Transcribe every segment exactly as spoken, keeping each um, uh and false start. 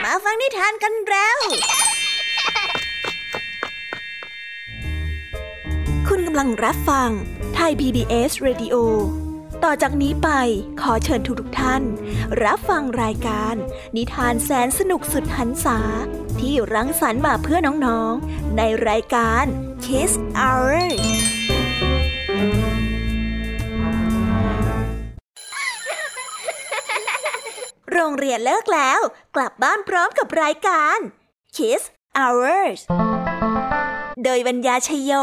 มาฟังนิทานกันแล้วคุณกำลังรับฟังไทย พี บี เอส Radio ต่อจากนี้ไปขอเชิญทุกท่านรับฟังรายการนิทานแสนสนุกสุดหรรษาที่รังสรรค์มาเพื่อน้องๆในรายการ Kids Hourโรงเรียนเลิกแล้วกลับบ้านพร้อมกับรายการ Kids Hours โดยบรรยาชโย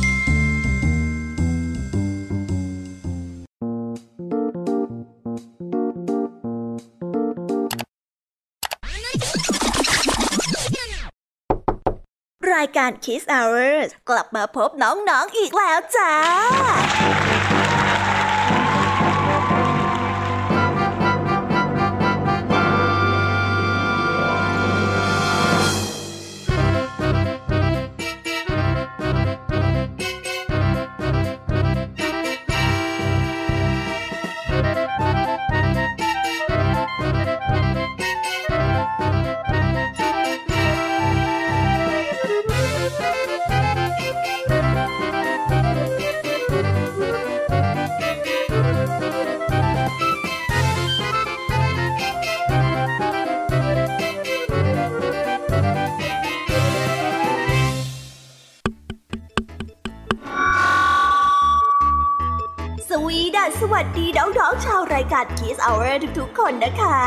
รายการ Kids Hours กลับมาพบน้องๆ อีกแล้วจ้าสวัสดีน้องๆชาวรายการ Kids Hour ทุกๆคนนะคะ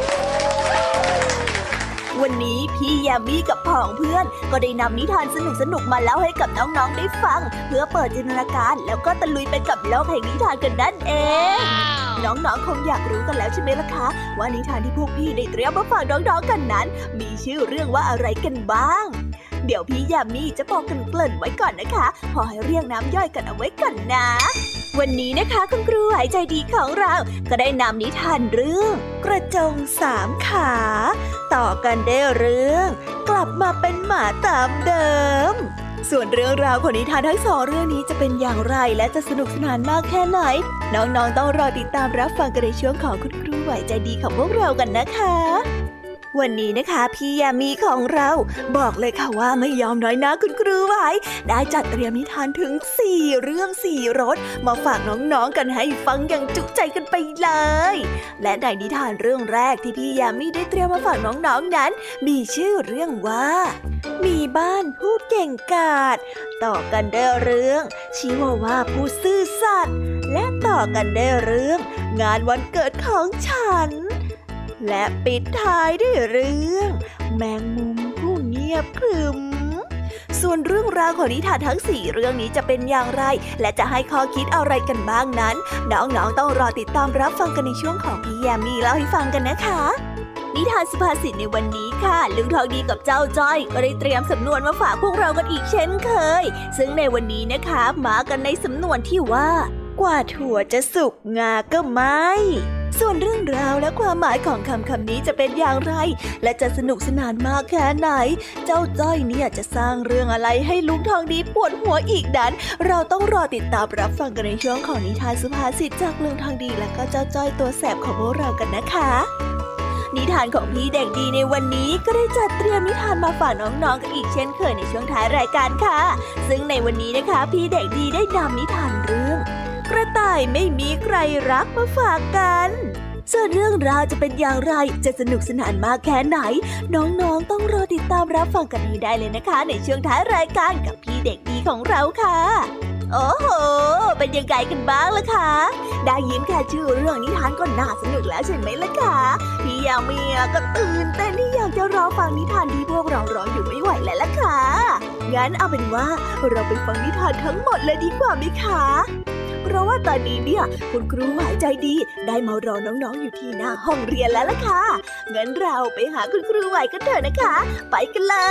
วันนี้พี่ยามีกับพ้องเพื่อนก็ได้นำนิทานสนุกๆมาเล่าให้กับน้องๆได้ฟังเพื่อเปิดจินตนาการแล้วก็ตะลุยไปกับโลกแห่งนิทานกันนั่นเองน้องๆคงอยากรู้กันแล้วใช่ไหมล่ะคะว่านิทานที่พวกพี่ได้เตรียมมาฝากน้องๆกันนั้นมีชื่อเรื่องว่าอะไรกันบ้างเดี๋ยวพี่ยามีจะบอกกันเกริ่นไว้ก่อนนะคะพอให้เรียงน้ำย่อยกันเอาไว้ก่อนนะวันนี้นะคะคุณครูหายใจดีของเราก็ได้นำนิทานเรื่องกระจงสามขาต่อกันได้เรื่องกลับมาเป็นหมาตามเดิมส่วนเรื่องราวของนิทานทั้งสองเรื่องนี้จะเป็นอย่างไรและจะสนุกสนานมากแค่ไหนน้องๆต้องรอติดตามรับฟังกันในช่วงของคุณครูหายใจดีของพวกเรากันนะคะวันนี้นะคะพี่ยามีของเราบอกเลยค่ะว่าไม่ยอมน้อยนะคุณครูไว้ได้จัดเตรียมนิทานถึงสี่เรื่องสี่รสมาฝากน้องๆกันให้ฟังอย่างจุใจกันไปเลยและในนิทานเรื่องแรกที่พี่ยามีได้เตรียมมาฝากน้องๆนั้นมีชื่อเรื่องว่ามีบ้านผู้เก่งกาจต่อกันได้เรื่องชิวาว่าผู้ซื่อสัตย์และต่อกันได้เรื่องงานวันเกิดของฉันและปิดท้ายด้วยเรื่องแมงมุมผู้เงียบขรึมส่วนเรื่องราวของนิทานทั้งสี่เรื่องนี้จะเป็นอย่างไรและจะให้ข้อคิดอะไรกันบ้างนั้นน้องๆต้องรอติดตามรับฟังกันในช่วงของพี่แยมมี่เล่าให้ฟังกันนะคะนิทานสุภาษิตในวันนี้ค่ะลุงทองดีกับเจ้าจ้อยก็ได้เตรียมสำนวนมาฝากพวกเรากันอีกเช่นเคยซึ่งในวันนี้นะคะมากันในสำนวนที่ว่ากว่าถั่วจะสุกงาก็ไม่ส่วนเรื่องราวและความหมายของคำคำนี้จะเป็นอย่างไรและจะสนุกสนานมากแค่ไหนเจ้าจ้อยเนี่ยจะสร้างเรื่องอะไรให้ลุงทองดีปวดหัวอีกนั้นเราต้องรอติดตามรับฟังกันในช่วงของนิทานสุภาษิตจากลุงทองดีและก็เจ้าจ้อยตัวแสบของพวกเรากันนะคะนิทานของพี่เด็กดีในวันนี้ก็ได้จัดเตรียมนิทานมาฝากน้องๆกันอีกเช่นเคยในช่วงท้ายรายการค่ะซึ่งในวันนี้นะคะพี่เด็กดีได้นำนิทานเรื่องกระต่ายไม่มีใครรักมาฝากกันส่วนเรื่องราวจะเป็นอย่างไรจะสนุกสนานมากแค่ไหนน้องๆต้องรอติดตามรับฟังกันให้ได้เลยนะคะในช่วงท้ายรายการกับพี่เด็กดีของเราค่ะโอ้โหเป็นยังไงกันบ้างล่ะคะได้ยินแค่ชื่อเรื่องนิทานก็น่าสนุกแล้วใช่ไหมล่ะคะพี่ยามีก็ตื่นเต้นที่อยากจะรอฟังนิทานที่พวกเรารออยู่ไม่ไหวแล้วล่ะค่ะงั้นเอาเป็นว่าเราไปฟังนิทานทั้งหมดเลยดีกว่าไหมคะเพราะว่าตอนนี้เนี่ยคุณครูหายใจดีได้มารอน้องๆอยู่ที่หน้าห้องเรียนแล้วล่ะค่ะงั้นเราไปหาคุณครูไหวกันเถอะนะคะไปกันเลย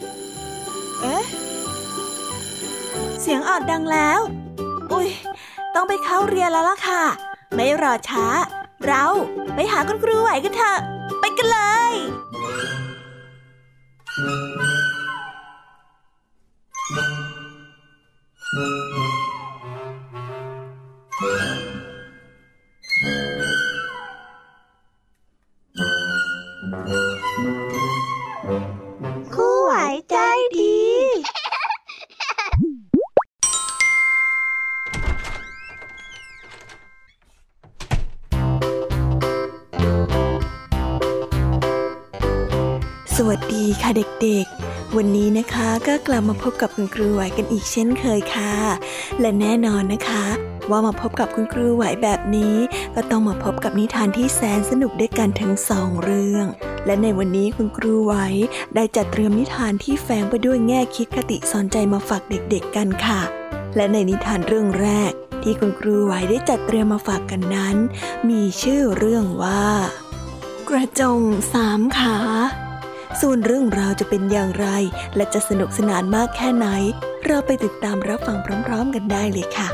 เสียงออดดังแล้วอุ๊ยต้องไปเข้าเรียนแล้วล่ะค่ะไม่รอช้าเราไปหาคุณครูไหวกันเถอะไปกันเลยครูไหวใจดีสวัสดีค่ะเด็กๆวันนี้นะคะก็กลับมาพบกับคุณครูไหวกันอีกเช่นเคยค่ะและแน่นอนนะคะว่ามาพบกับคุณครูไหวแบบนี้ก็ต้องมาพบกับนิทานที่แสนสนุกด้วยกันทั้งสองเรื่องและในวันนี้คุณครูไหวได้จัดเตรียมนิทานที่แฝงไปด้วยแง่คิดคติสอนใจมาฝากเด็กๆกันค่ะและในนิทานเรื่องแรกที่คุณครูไหวได้จัดเตรียมมาฝากกันนั้นมีชื่อเรื่องว่ากระจงสามขาส่วนเรื่องราวจะเป็นอย่างไรและจะสนุกสนานมากแค่ไหนเราไปติดตามรับฟังพร้อมๆกันได้เลยค่ะ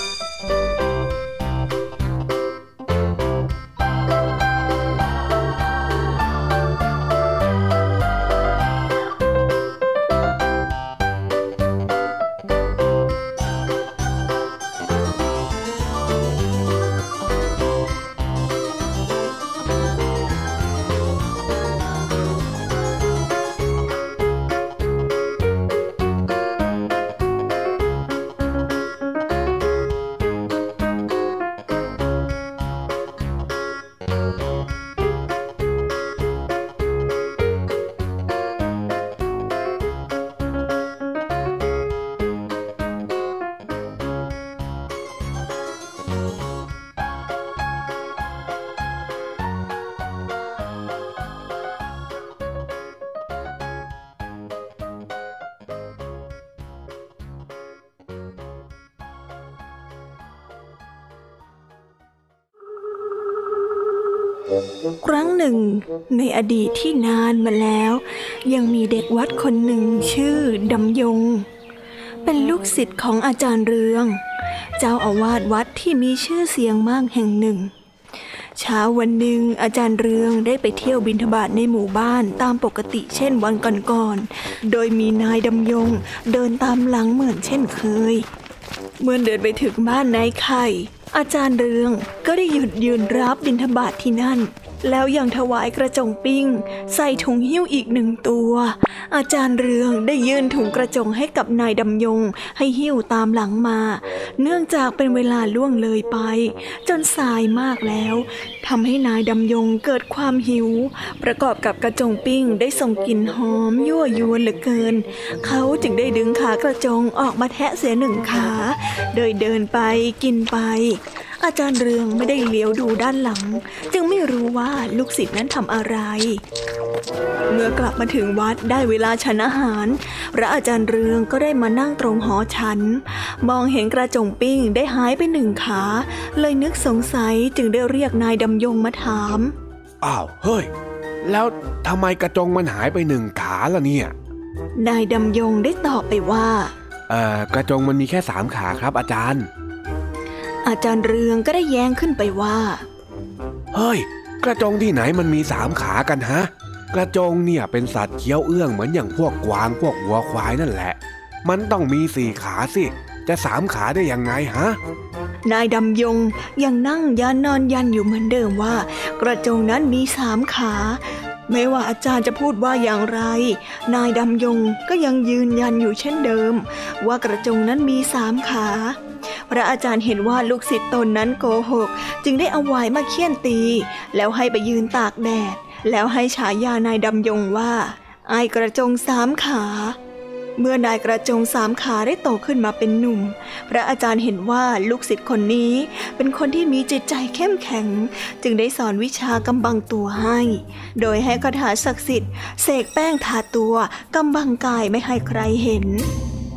ครั้งหนึ่งในอดีตที่นานมาแล้วยังมีเด็กวัดคนหนึ่งชื่อดำยงเป็นลูกศิษย์ของอาจารย์เรืองเจ้าอาวาสวัดที่มีชื่อเสียงมากแห่งหนึ่งเช้าวันหนึ่งอาจารย์เรืองได้ไปเที่ยวบิณฑบาตในหมู่บ้านตามปกติเช่นวันก่อนๆโดยมีนายดำยงเดินตามหลังเหมือนเช่นเคยเมื่อเดินไปถึงบ้านนายไข่อาจารย์เรืองก็ได้หยุดยืนรับบิณฑบาตที่นั่นแล้วยังถวายกระจงปิ้งใส่ถุงหิ้วอีกหนึ่งตัวอาจารย์เรืองได้ยื่นถุงกระจงให้กับนายดำยงให้หิ้วตามหลังมาเนื่องจากเป็นเวลาล่วงเลยไปจนสายมากแล้วทำให้นายดำยงเกิดความหิวประกอบกับกระจงปิ้งได้ส่งกลิ่นหอมยั่วยวนเหลือเกินเขาจึงได้ดึงขากระจงออกมาแทะเสียหนึ่งขาโดยเดินไปกินไปอาจารย์เรืองไม่ได้เลี้ยวดูด้านหลังจึงไม่รู้ว่าลูกศิษย์นั้นทำอะไรเมื่อกลับมาถึงวัดได้เวลาฉันอาหารพระอาจารย์เรืองก็ได้มานั่งตรงหอฉันมองเห็นกระจงปิ้งได้หายไปหนึ่งขาเลยนึกสงสัยจึงได้เรียกนายดำยงมาถามอ้าวเฮ้ยแล้วทำไมกระจงมันหายไปหนึ่งขาล่ะเนี่ยนายดำยงได้ตอบไปว่าเอ่อกระจงมันมีแค่สามขาครับอาจารย์อาจารย์เรืองก็ได้แย้งขึ้นไปว่าเฮ้ยกระจงที่ไหนมันมีสามขากันฮะกระจงเนี่ยเป็นสัตว์เคี้ยวเอื้องเหมือนอย่างพวกกวางพวกวัวควายนั่นแหละมันต้องมีสี่ขาสิจะสามขาได้ยังไงฮะนายดำยงยังนั่งยันนอนยันอยู่เหมือนเดิมว่ากระจงนั้นมีสามขาไม่ว่าอาจารย์จะพูดว่าอย่างไรนายดำยงก็ยังยืนยันอยู่เช่นเดิมว่ากระจงนั้นมีสามขาพระอาจารย์เห็นว่าลูกศิษย์ตนนั้นโกหกจึงได้เอาไว้มาเฆี่ยนตีแล้วให้ไปยืนตากแดดแล้วให้ฉายานายดำยงว่าไอ้กระจงสามขาเมื่อนายกระจงสามขาได้โตขึ้นมาเป็นหนุ่มพระอาจารย์เห็นว่าลูกศิษย์คนนี้เป็นคนที่มีจิตใจเข้มแข็งจึงได้สอนวิชากำบังตัวให้โดยให้คาถาศักดิ์สิทธิ์เสกแป้งทาตัวกำบังกายไม่ให้ใครเห็น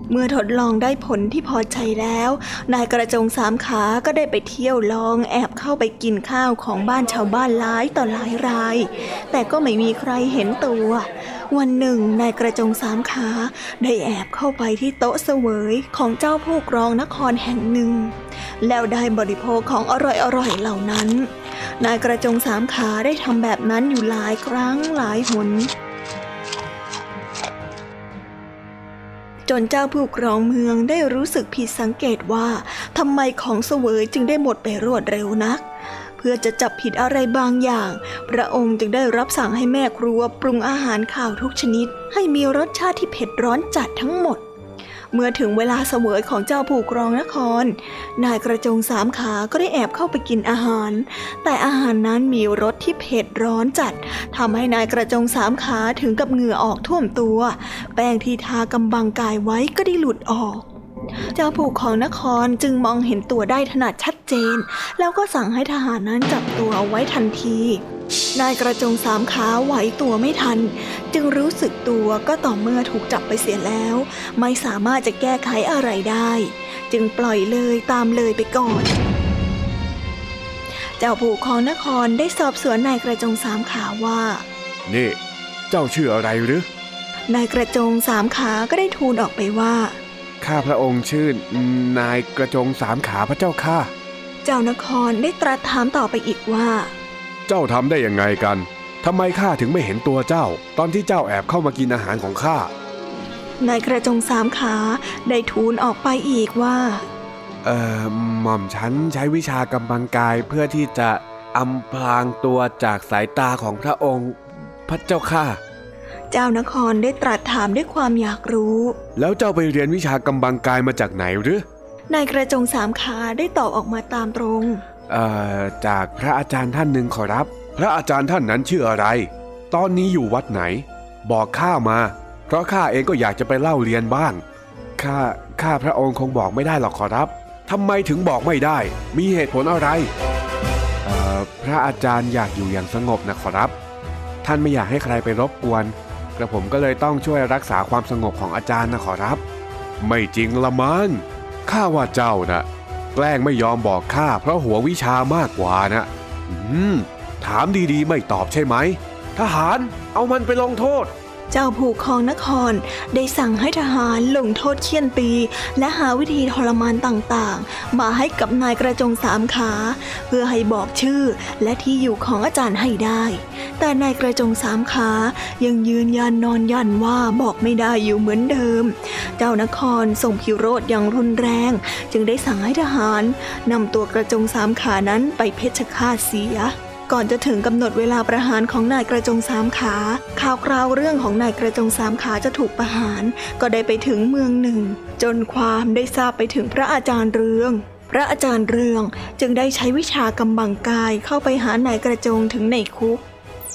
เมื่อทดลองได้ผลที่พอใจแล้วนายกระจงสามขาก็ได้ไปเที่ยวลองแอบเข้าไปกินข้าวของบ้านชาวบ้านหลายต่อหลายรายแต่ก็ไม่มีใครเห็นตัววันหนึ่งนายกระจงสามขาได้แอบเข้าไปที่โต๊ะเสวยของเจ้าผู้กรองนครแห่งหนึ่งแล้วได้บริโภคของอร่อยๆเหล่านั้นนายกระจงสามขาได้ทำแบบนั้นอยู่หลายครั้งหลายหนจนเจ้าผู้ครองเมืองได้รู้สึกผิดสังเกตว่าทำไมของเสวยจึงได้หมดไปรวดเร็วนักเพื่อจะจับผิดอะไรบางอย่างพระองค์จึงได้รับสั่งให้แม่ครัวปรุงอาหารข้าวทุกชนิดให้มีรสชาติที่เผ็ดร้อนจัดทั้งหมดเมื่อถึงเวลาเสวยของเจ้าผู้ครองนครนายกระจงสามขาก็ได้แอบเข้าไปกินอาหารแต่อาหารนั้นมีรสที่เผ็ดร้อนจัดทำให้นายกระจงสามขาถึงกับเหงื่อออกท่วมตัวแป้งที่ทากำบังกายไว้ก็ได้หลุดออกเจ้าผู้ของนครจึงมองเห็นตัวได้ถนัดชัดเจนแล้วก็สั่งให้ทหารนั้นจับตัวเอาไว้ทันทีนายกระจงสามขาไหวตัวไม่ทันจึงรู้สึกตัวก็ต่อเมื่อถูกจับไปเสียแล้วไม่สามารถจะแก้ไขอะไรได้จึงปล่อยเลยตามเลยไปก่อนเจ้าผู้ของนครได้สอบสวนนายกระจงสามขาว่านี่เจ้าชื่ออะไรหรือนายกระจงสามขาก็ได้ทูลออกไปว่าข้าพระองค์ชื่อนายกระจงสามขาพระเจ้าค่ะเจ้านครได้ตรัสถามต่อไปอีกว่าเจ้าทำได้ยังไงกันทำไมข้าถึงไม่เห็นตัวเจ้าตอนที่เจ้าแอบเข้ามากินอาหารของข้านายกระจงสามขาได้ทูลออกไปอีกว่าเอ่อหม่อมฉันใช้วิชากำบังกายเพื่อที่จะอำพรางตัวจากสายตาของพระองค์พระเจ้าค่ะเจ้านครได้ตรัสถามด้วยความอยากรู้แล้วเจ้าไปเรียนวิชากำบังกายมาจากไหนหรือนายกระจงสามขาได้ตอบออกมาตามตรงเอ่อจากพระอาจารย์ท่านหนึ่งขอรับพระอาจารย์ท่านนั้นชื่ออะไรตอนนี้อยู่วัดไหนบอกข้ามาเพราะข้าเองก็อยากจะไปเล่าเรียนบ้างข้าข้าพระองค์คงบอกไม่ได้หรอกขอรับทำไมถึงบอกไม่ได้มีเหตุผลอะไรเอ่อพระอาจารย์อยากอยู่อย่างสงบนะขอรับท่านไม่อยากให้ใครไปรบกวนกระผมก็เลยต้องช่วยรักษาความสงบของอาจารย์นะขอรับไม่จริงละมั้งข้าว่าเจ้านะแกล้งไม่ยอมบอกข้าเพราะหัววิชามากกว่านะอืมถามดีๆไม่ตอบใช่ไหมทหารเอามันไปลงโทษเจ้าผู้ครองนครได้สั่งให้ทหารลงโทษเฆี่ยนตีและหาวิธีทรมานต่างๆมาให้กับนายกระจงสามขาเพื่อให้บอกชื่อและที่อยู่ของอาจารย์ให้ได้แต่นายกระจงสามขายังยืนยันนอนยันว่าบอกไม่ได้อยู่เหมือนเดิมเจ้านครส่งพิโรธอย่างรุนแรงจึงได้สั่งให้ทหารนำตัวกระจงสามขานั้นไปเพชฌฆาตเสียก่อนจะถึงกำหนดเวลาประหารของนายกระจงสามขาข่าวคราวเรื่องของนายกระจงสามขาจะถูกประหารก็ได้ไปถึงเมืองหนึ่งจนความได้ทราบไปถึงพระอาจารย์เรืองพระอาจารย์เรืองจึงได้ใช้วิชากำบังกายเข้าไปหานายกระจงถึงในคุก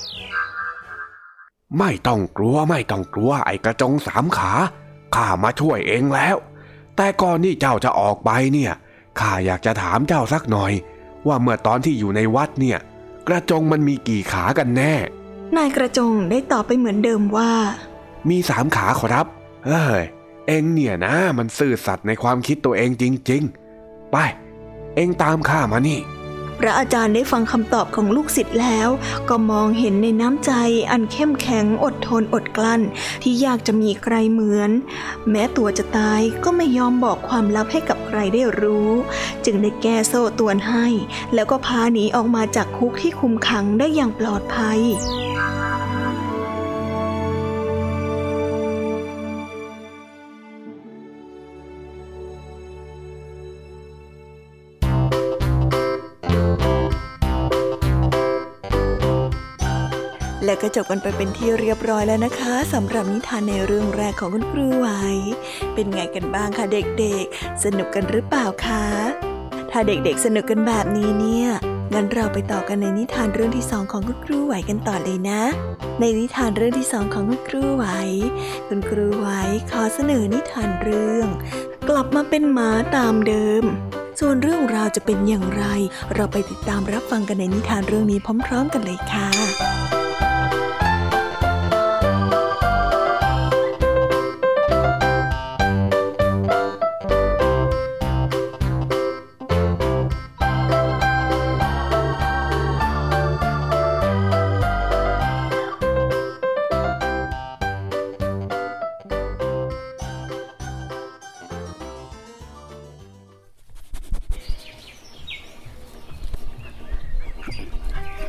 ไม่ต้องกลัวไม่ต้องกลัวไอ้กระจงสามขาข้ามาช่วยเองแล้วแต่ก่อนที่เจ้าจะออกไปเนี่ยข้าอยากจะถามเจ้าสักหน่อยว่าเมื่อตอนที่อยู่ในวัดเนี่ยกระจงมันมีกี่ขากันแน่นายกระจงได้ตอบไปเหมือนเดิมว่ามีสามขาขอรับเฮ้ยเอ็งเนี่ยนะมันซื่อสัตย์ในความคิดตัวเองจริงๆไปเอ็งตามข้ามานี่พระอาจารย์ได้ฟังคำตอบของลูกศิษย์แล้วก็มองเห็นในน้ำใจอันเข้มแข็งอดทนอดกลั้นที่อยากจะมีใครเหมือนแม้ตัวจะตายก็ไม่ยอมบอกความลับให้กับใครได้รู้จึงได้แก้โซ่ตรวนให้แล้วก็พาหนีออกมาจากคุกที่คุมขังได้อย่างปลอดภัยและก็จบกันไปเป็นที่เรียบร้อยแล้วนะคะสำหรับนิทานในเรื่องแรกของคุณครูไหวเป็นไงกันบ้างคะเด็กๆสนุกกันหรือเปล่าคะถ้าเด็กๆสนุกกันแบบนี้เนี่ยงั้นเราไปต่อกันในนิทานเรื่องที่สองของคุณครูไหวกันต่อเลยนะในนิทานเรื่องที่สองของคุณครูไหวคุณครูไหวขอเสนอนิทานเรื่องกลับมาเป็นหมาตามเดิมส่วนเรื่องราวจะเป็นอย่างไรเราไปติดตามรับฟังกันในนิทานเรื่องนี้พร้อมๆกันเลยค่ะ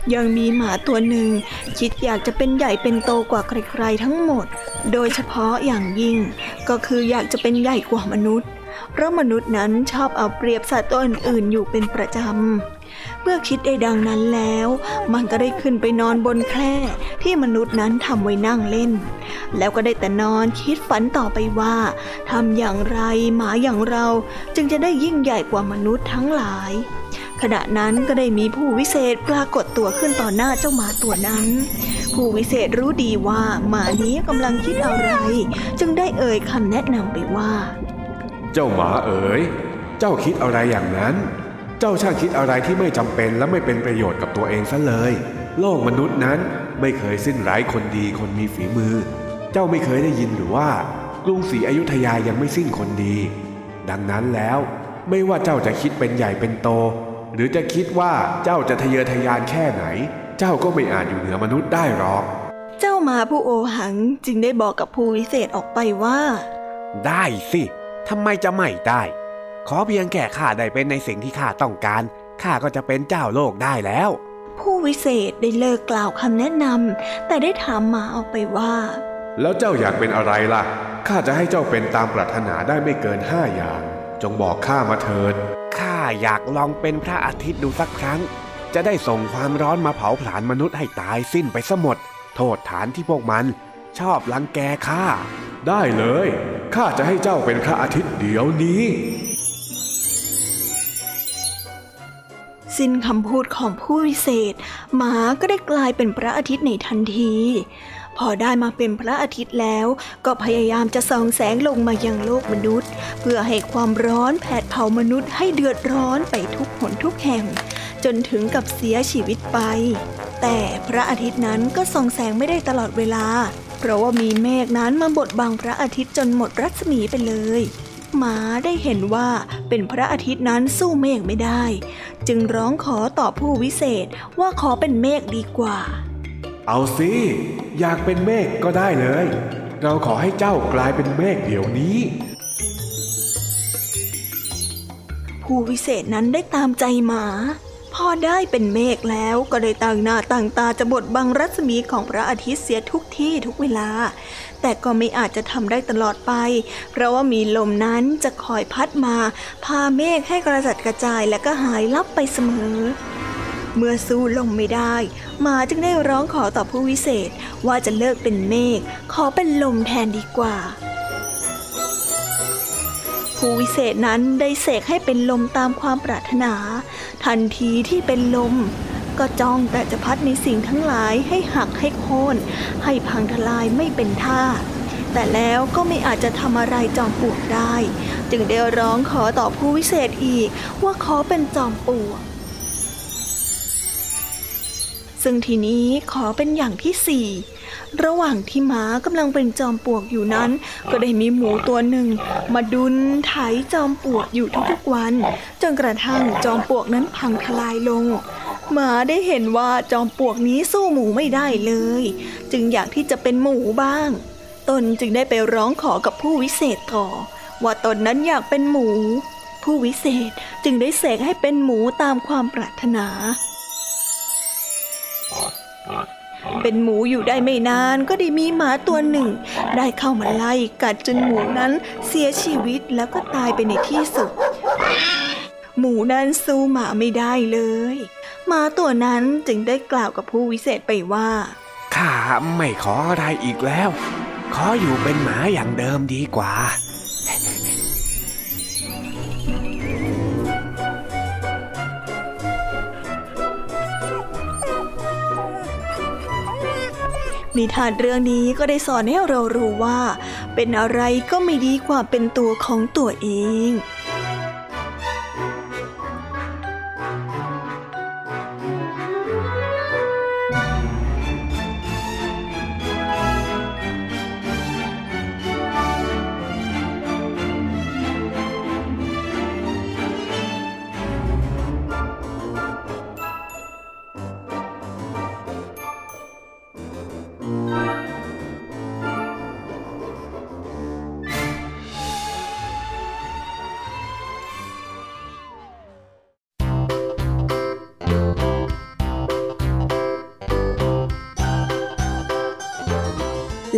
ยังมีหมาตัวหนึ่งคิดอยากจะเป็นใหญ่เป็นโตกว่าใครๆทั้งหมดโดยเฉพาะอย่างยิ่งก็คืออยากจะเป็นใหญ่กว่ามนุษย์เพราะมนุษย์นั้นชอบเอาเปรียบสัตว์ตัวอื่นๆอยู่เป็นประจำเมื่อคิดได้ดังนั้นแล้วมันก็ได้ขึ้นไปนอนบนแคร่ที่มนุษย์นั้นทำไว้นั่งเล่นแล้วก็ได้แต่นอนคิดฝันต่อไปว่าทำอย่างไรหมาอย่างเราจึงจะได้ยิ่งใหญ่กว่ามนุษย์ทั้งหลายขณะนั้นก็ได้มีผู้วิเศษปรากฏตัวขึ้นต่อหน้าเจ้าหมาตัวนั้นผู้วิเศษรู้ดีว่าหมานี้กำลังคิดอะไรจึงได้เอ่ยคำแนะนำไปว่าเจ้าหมาเอ๋ยเจ้าคิดอะไรอย่างนั้นเจ้าช่างคิดอะไรที่ไม่จำเป็นและไม่เป็นประโยชน์กับตัวเองซะเลยโลกมนุษย์นั้นไม่เคยสิ้นไร้คนดีคนมีฝีมือเจ้าไม่เคยได้ยินหรือว่ากรุงศรีอยุธยายังไม่สิ้นคนดีดังนั้นแล้วไม่ว่าเจ้าจะคิดเป็นใหญ่เป็นโตหรือจะคิดว่าเจ้าจะทะเยอทะยานแค่ไหนเจ้าก็ไม่อาจอยู่เหนือมนุษย์ได้หรอกเจ้าหมาผู้โอหังจึงได้บอกกับผู้วิเศษออกไปว่าได้สิทำไมจะไม่ได้ขอเพียงแค่ข้าได้เป็นในสิ่งที่ข้าต้องการข้าก็จะเป็นเจ้าโลกได้แล้วผู้วิเศษได้เลิกกล่าวคำแนะนำแต่ได้ถามหมาออกไปว่าแล้วเจ้าอยากเป็นอะไรล่ะข้าจะให้เจ้าเป็นตามปรารถนาได้ไม่เกินห้าอย่างจงบอกข้ามาเถิดข้าอยากลองเป็นพระอาทิตย์ดูสักครั้งจะได้ส่งความร้อนมาเผาผลาญมนุษย์ให้ตายสิ้นไปซะหมดโทษฐานที่พวกมันชอบรังแกข้าได้เลยข้าจะให้เจ้าเป็นพระอาทิตย์เดี๋ยวนี้สิ้นคำพูดของผู้วิเศษหมาก็ได้กลายเป็นพระอาทิตย์ในทันทีพอได้มาเป็นพระอาทิตย์แล้วก็พยายามจะส่องแสงลงมายังโลกมนุษย์เพื่อให้ความร้อนแผดเผามนุษย์ให้เดือดร้อนไปทุกหนทุกแห่งจนถึงกับเสียชีวิตไปแต่พระอาทิตย์นั้นก็ส่องแสงไม่ได้ตลอดเวลาเพราะว่ามีเมฆนั้นมาบดบังพระอาทิตย์จนหมดรัศมีไปเลยหมาได้เห็นว่าเป็นพระอาทิตย์นั้นสู้เมฆไม่ได้จึงร้องขอต่อผู้วิเศษว่าขอเป็นเมฆดีกว่าเอาสิอยากเป็นเมฆก็ได้เลยเราขอให้เจ้ากลายเป็นเมฆเดี๋ยวนี้ผู้วิเศษนั้นได้ตามใจหมาพอได้เป็นเมฆแล้วก็ได้ตั้งหน้าตั้งตาจะบดบังรัศมีของพระอาทิตย์เสียทุกที่ทุกเวลาแต่ก็ไม่อาจจะทำได้ตลอดไปเพราะว่ามีลมนั้นจะคอยพัดมาพาเมฆให้กระจัดกระจายและก็หายลับไปเสมอเมื่อสู้ลมไม่ได้หมาจึงได้ร้องขอต่อผู้วิเศษว่าจะเลิกเป็นเมฆขอเป็นลมแทนดีกว่าผู้วิเศษนั้นได้เสกให้เป็นลมตามความปรารถนาทันทีที่เป็นลมก็จ้องแต่จะพัดในสิ่งทั้งหลายให้หักให้โค่นให้พังทลายไม่เป็นท่าแต่แล้วก็ไม่อาจจะทำอะไรจอมปลวกได้จึงได้ร้องขอต่อผู้วิเศษอีกว่าขอเป็นจอมปลวกซึ่งทีนี้ขอเป็นอย่างที่สี่ระหว่างที่หมากำลังเป็นจอมปลวกอยู่นั้นก็ได้มีหมูตัวหนึ่งมาดุนไถจอมปลวกอยู่ทุกๆวันจนกระทั่งจอมปลวกนั้นพังทลายลงหมาได้เห็นว่าจอมปลวกนี้สู้หมูไม่ได้เลยจึงอยากที่จะเป็นหมูบ้างตนจึงได้ไปร้องขอกับผู้วิเศษต่อว่าตนนั้นอยากเป็นหมูผู้วิเศษจึงได้เสกให้เป็นหมูตามความปรารถนาเป็นหมูอยู่ได้ไม่นานก็ได้มีหมาตัวหนึ่งได้เข้ามาไล่กัดจนหมูนั้นเสียชีวิตแล้วก็ตายไปในที่สุดหมูนั้นสู้หมาไม่ได้เลยหมาตัวนั้นจึงได้กล่าวกับผู้วิเศษไปว่าข้าไม่ขออะไรอีกแล้วขออยู่เป็นหมาอย่างเดิมดีกว่านิทานเรื่องนี้ก็ได้สอนให้เรารู้ว่าเป็นอะไรก็ไม่ดีกว่าเป็นตัวของตัวเอง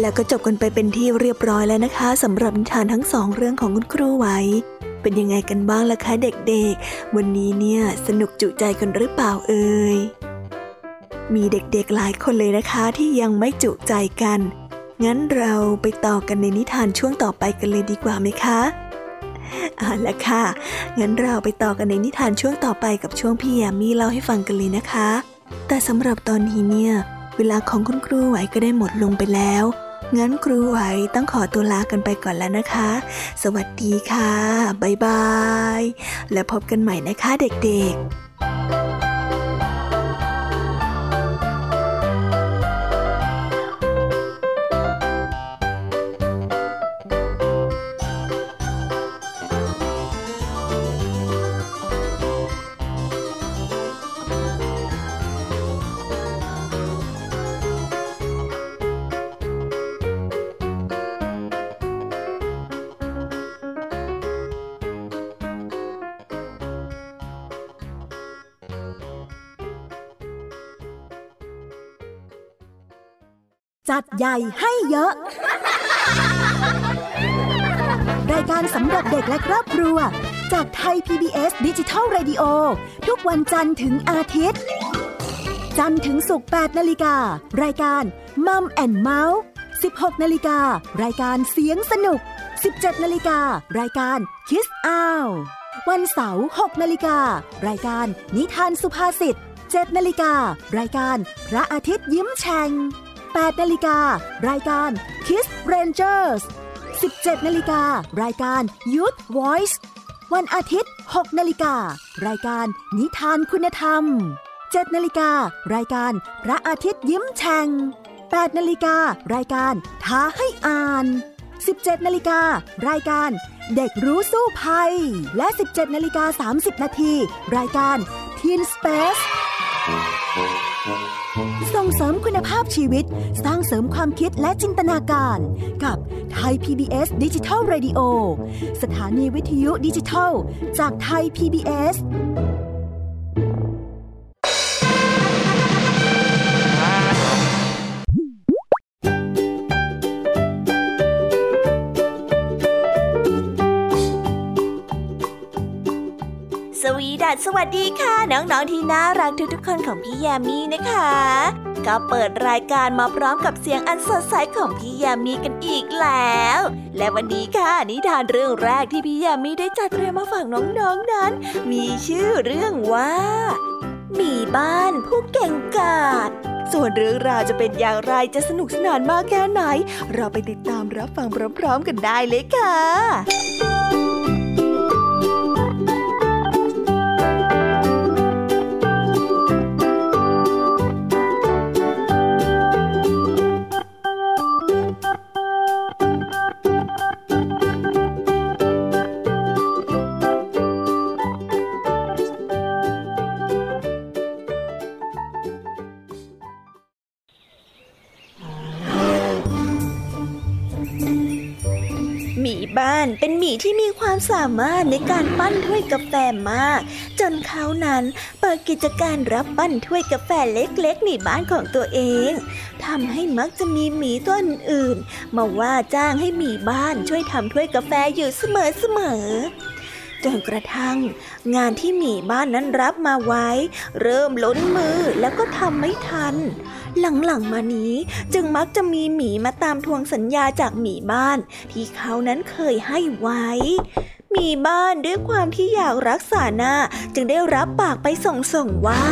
แล้วก็จบกันไปเป็นที่เรียบร้อยแล้วนะคะสำหรับนิทานทั้งสองเรื่องของคุณครูไหวเป็นยังไงกันบ้างล่ะคะเด็กๆวันนี้เนี่ยสนุกจุใจกันหรือเปล่าเอ่ยมีเด็กๆหลายคนเลยนะคะที่ยังไม่จุใจกันงั้นเราไปต่อกันในนิทานช่วงต่อไปกันเลยดีกว่าไหมคะเอาละค่ะงั้นเราไปต่อกันในนิทานช่วงต่อไปกับช่วงพี่แยมมี่เล่าให้ฟังกันเลยนะคะแต่สำหรับตอนนี้เนี่ยเวลาของคุณครูไหวก็ได้หมดลงไปแล้วงั้นครูไหวต้องขอตัวลากันไปก่อนแล้วนะคะสวัสดีค่ะบ๊ายบายแล้วพบกันใหม่นะคะเด็กๆจัดใหญ่ให้เยอะรายการสำหรับเด็กและครอบครัวจากไทย พี บี เอส Digital Radio ทุกวันจันทร์ถึงอาทิตย์จันทร์ถึงศุกร์ แปดนาฬิกา รายการ Mum and Mouse สิบหกนาฬิกา รายการเสียงสนุก สิบเจ็ดนาฬิกา รายการ Kiss Out วันเสาร์ หกนาฬิกา รายการนิทานสุภาษิต เจ็ดนาฬิกา รายการพระอาทิตย์ยิ้มแฉ่งแปดนาฬิกา รายการ Kids Rangers สิบเจ็ดนาฬิกา รายการ Youth Voice วันอาทิตย์ หกนาฬิกา รายการนิทานคุณธรรม เจ็ดนาฬิกา รายการพระอาทิตย์ยิ้มแฉ่งแปดนาฬิกา รายการท้าให้อ่าน สิบเจ็ดนาฬิกา รายการเด็กรู้สู้ภัยและ สิบเจ็ดนาฬิกาสามสิบนาที รายการ Teen Spaceส่งเสริมคุณภาพชีวิตสร้างเสริมความคิดและจินตนาการกับไทย พี บี เอส Digital Radio สถานีวิทยุดิจิทัลจากไทย พี บี เอสสวีดัสสวัสดีค่ะน้องๆที่น่ารักทุกๆคนของพี่แยมมี่นะคะก็เปิดรายการมาพร้อมกับเสียงอันสดใสของพี่แยมมี่กันอีกแล้วและวันนี้ค่ะนิทานเรื่องแรกที่พี่แยมมี่ได้จัดเตรียมมาฝากน้องๆนั้นมีชื่อเรื่องว่าหมีบ้านผู้เก่งกาจส่วนเรื่องราวจะเป็นอย่างไรจะสนุกสนานมากแค่ไหนเราไปติดตามรับฟังพร้อมๆกันได้เลยค่ะบ้านเป็นหมีที่มีความสามารถในการปั้นถ้วยกาแฟมากจนเขานั้นเปิดกิจการรับปั้นถ้วยกาแฟเล็กๆในบ้านของตัวเองทำให้มักจะมีหมีตัวอื่นๆมาว่าจ้างให้หมีบ้านช่วยทำถ้วยกาแฟอยู่เสมอๆจนกระทั่งงานที่หมีบ้านนั้นรับมาไว้เริ่มล้นมือแล้วก็ทำไม่ทันหลังๆมานี้จึงมักจะมีหมีมาตามทวงสัญญาจากหมีบ้านที่เขานั้นเคยให้ไว้หมีบ้านด้วยความที่อยากรักษาหน้าจึงได้รับปากไปส่งๆว่า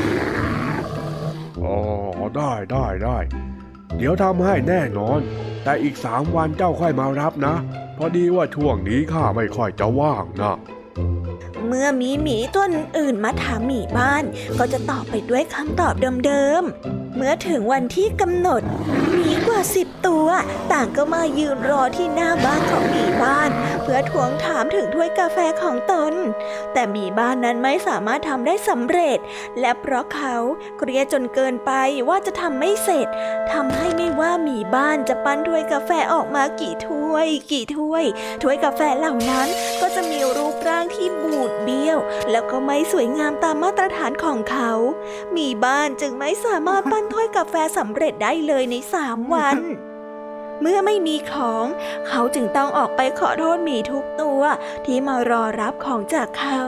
อ๋อได้ได้ได้เดี๋ยวทำให้แน่นอนแต่อีกสามวันเจ้าค่อยมารับนะพอดีว่าช่วงนี้ข้าไม่ค่อยจะว่างนะเมื่อมีหมีตัวอื่นมาถามหมีบ้านก็จะตอบไปด้วยคำตอบเดิมๆเมื่อถึงวันที่กำหนดหมีกว่าสิบตัวต่างก็มายืนรอที่หน้าบ้านของหมีบ้านเพื่อทวงถามถึงถ้วยกาแฟของตนแต่หมีบ้านนั้นไม่สามารถทำได้สำเร็จและเพราะเขาเครียดจนเกินไปว่าจะทำไม่เสร็จทำให้ไม่ว่าหมีบ้านจะปั้นถ้วยกาแฟออกมากี่ถ้วยกี่ถ้วยถ้วยกาแฟเหล่านั้นก็จะมีรูปร่างที่บูดเบี้ยวแล้วก็ไม่สวยงามตามมาตรฐานของเขาหมีบ้านจึงไม่สามารถปั้นถ้วยกาแฟสำเร็จได้เลยในสามวันเมื่อไม่มีของเขาจึงต้องออกไปขอโทษหมีทุกตัวที่มารอรับของจากเขา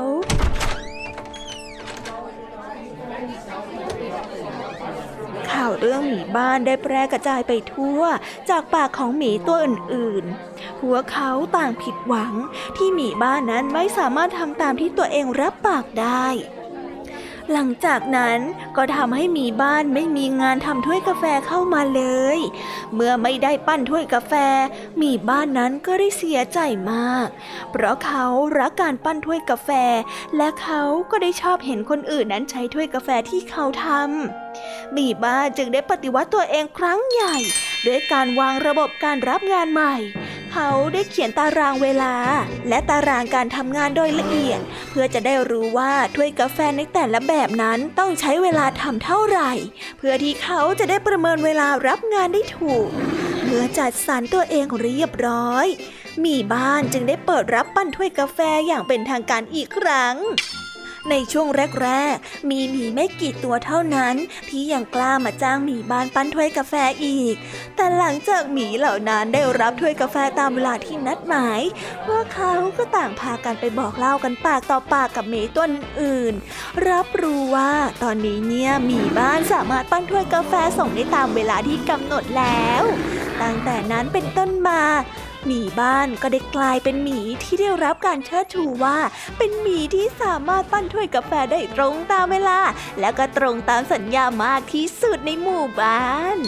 ข่าวเรื่องหมีบ้านได้แพร่กระจายไปทั่วจากปากของหมีตัวอื่นๆพวกเขาต่างผิดหวังที่หมีบ้านนั้นไม่สามารถทำตามที่ตัวเองรับปากได้หลังจากนั้นก็ทำให้หมีบ้านไม่มีงานทำถ้วยกาแฟเข้ามาเลยเมื่อไม่ได้ปั้นถ้วยกาแฟหมีบ้านนั้นก็ได้เสียใจมากเพราะเขารักการปั้นถ้วยกาแฟและเขาก็ได้ชอบเห็นคนอื่นนั้นใช้ถ้วยกาแฟที่เขาทำหมีบ้านจึงได้ปฏิวัติตัวเองครั้งใหญ่ด้วยการวางระบบการรับงานใหม่เขาได้เขียนตารางเวลาและตารางการทำงานโดยละเอียดเพื่อจะได้รู้ว่าถ้วยกาแฟในแต่ละแบบนั้นต้องใช้เวลาทำเท่าไหร่เพื่อที่เขาจะได้ประเมินเวลารับงานได้ถูกเมื่อจัดสรรตัวเองเรียบร้อยหมีบ้านจึงได้เปิดรับปั้นถ้วยกาแฟอย่างเป็นทางการอีกครั้งในช่วงแรกๆมีหมีไม่กี่ตัวเท่านั้นที่ยังกล้ามาจ้างหมีบ้านปั้นถ้วยกาแฟอีกแต่หลังจากหมีเหล่านั้นได้รับถ้วยกาแฟตามเวลาที่นัดหมายพวกเขาก็ต่างพากันไปบอกเล่ากันปากต่อปากกับหมีตัวอื่นรับรู้ว่าตอนนี้เนี่ยหมีบ้านสามารถปั้นถ้วยกาแฟส่งได้ตามเวลาที่กำหนดแล้วตั้งแต่นั้นเป็นต้นมาหมีบ้านก็ได้กลายเป็นหมีที่ได้รับการเชิดชูว่าเป็นหมีที่สามารถปั้นถ้วยกาแฟได้ตรงตามเวลาและก็ตรงตามสัญญามากที่สุดในหมู่บ้าน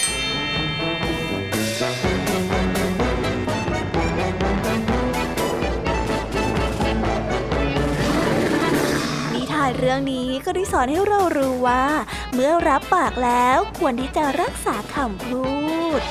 นิทานเรื่องนี้ก็ได้สอนให้เรารู้ว่าเมื่อรับปากแล้วควรที่จะรักษาคำพูด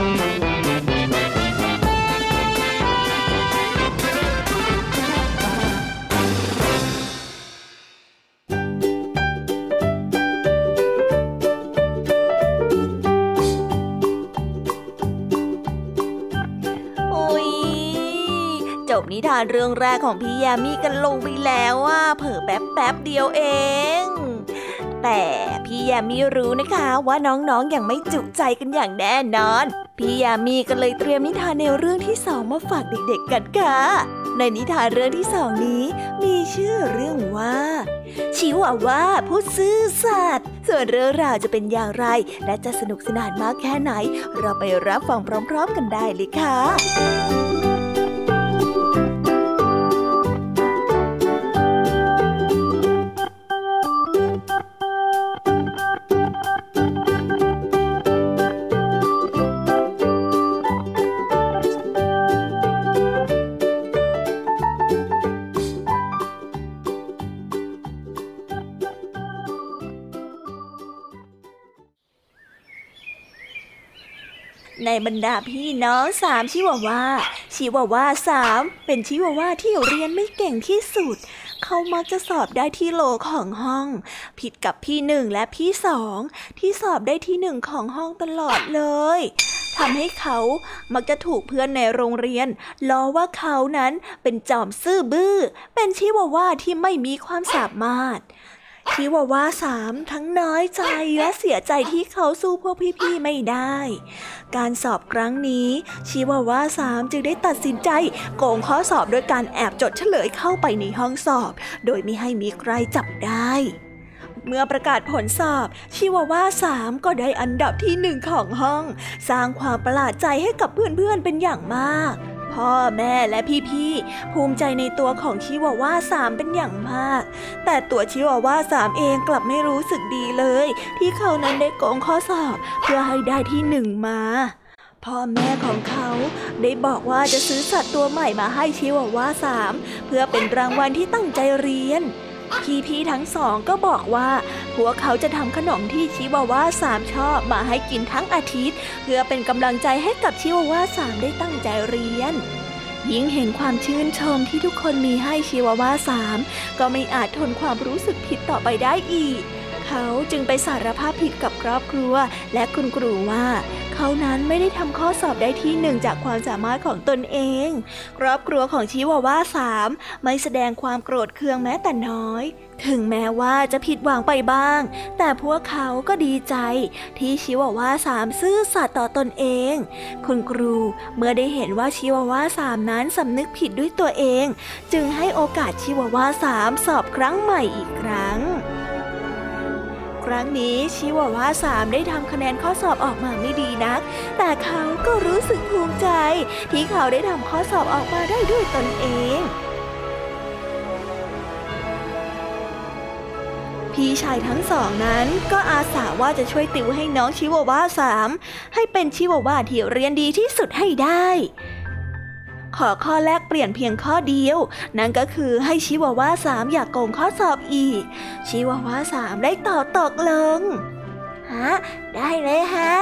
จบนิทานเรื่องแรกของพี่ยามีกันลงไปแล้วอ่ะเผลอแป๊บแป๊บเดียวเองแต่พี่ยามีรู้นะคะว่าน้องๆ อ, ยังไม่จุใจกันอย่างแน่นอนพี่ยามีก็เลยเตรียมนิทานในเรื่องที่สองมาฝากเด็กๆกันค่ะในนิทานเรื่องที่สองนี้มีชื่อเรื่องว่าชิวาว่าผู้ซื่อสัตย์ส่วนเรื่องราวจะเป็นอย่างไรและจะสนุกสนานมากแค่ไหนเราไปรับฟังพร้อมๆกันได้เลยค่ะในบรรดาพี่น้องสามชิวาว่าชิวาว่าสามเป็นชิวาว่าที่เรียนไม่เก่งที่สุดเขามักจะสอบได้ที่โหลของห้องผิดกับพี่หนึ่งและพี่สองที่สอบได้ที่หนึ่งของห้องตลอดเลยทำให้เขามักจะถูกเพื่อนในโรงเรียนล้อว่าเขานั้นเป็นจอมซื่อบื้อเป็นชิวาว่าที่ไม่มีความสามารถชิวาว่าสามทั้งน้อยใจและเสียใจที่เขาสู้พวกพี่ๆไม่ได้การสอบครั้งนี้ชิวาว่าสามจึงได้ตัดสินใจโกงข้อสอบโดยการแอบจดเฉลยเข้าไปในห้องสอบโดยไม่ให้มีใครจับได้เมื่อประกาศผลสอบชิวาว่าสามก็ได้อันดับที่หนึ่งของห้องสร้างความประหลาดใจให้กับเพื่อนๆเป็นอย่างมากพ่อแม่และพี่ๆภูมิใจในตัวของชิวาว่าสามเป็นอย่างมากแต่ตัวชิวาว่าสามเองกลับไม่รู้สึกดีเลยที่เขานั้นได้โกงข้อสอบเพื่อให้ได้ที่หนึ่งมาพ่อแม่ของเขาได้บอกว่าจะซื้อสัตว์ตัวใหม่มาให้ชิวาว่าสามเพื่อเป็นรางวัลที่ตั้งใจเรียนพี่ๆทั้งสองก็บอกว่าพวกเขาจะทำขนมที่ชิวาว่าสามชอบมาให้กินทั้งอาทิตย์เพื่อเป็นกำลังใจให้กับชิวาว่าสามได้ตั้งใจเรียนยิ่งเห็นความชื่นชมที่ทุกคนมีให้ชิวาว่าสามก็ไม่อาจทนความรู้สึกผิดต่อไปได้อีกเขาจึงไปสารภาพผิดกับครอบครัวและคุณครูว่าเขานั้นไม่ได้ทำข้อสอบได้ที่หนึ่งจากความสามารถของตนเองครอบครัวของชิวาว่าสามไม่แสดงความโกรธเคืองแม้แต่น้อยถึงแม้ว่าจะผิดหวังไปบ้างแต่พวกเขาก็ดีใจที่ชิวาว่าสามซื่อสัตย์ต่อตนเองคุณครูเมื่อได้เห็นว่าชิวาว่าสามนั้นสำนึกผิดด้วยตัวเองจึงให้โอกาสชิวาว่าสามสอบครั้งใหม่อีกครั้งครั้งนี้ชิวาว่าสามได้ทำคะแนนข้อสอบออกมาไม่ดีนักแต่เขาก็รู้สึกภูมิใจที่เขาได้ทำข้อสอบออกมาได้ด้วยตนเองพี่ชายทั้งสองนั้นก็อาสาว่าจะช่วยติวให้น้องชิวาว่าสามให้เป็นชิวาว่าที่เรียนดีที่สุดให้ได้ขอข้อแลกเปลี่ยนเพียงข้อเดียวนั่นก็คือให้ชิวาว่าสามอย่ากโกงข้อสอบอีกชิวาว่าสามได้ตอบตกลงฮะได้เลยฮะ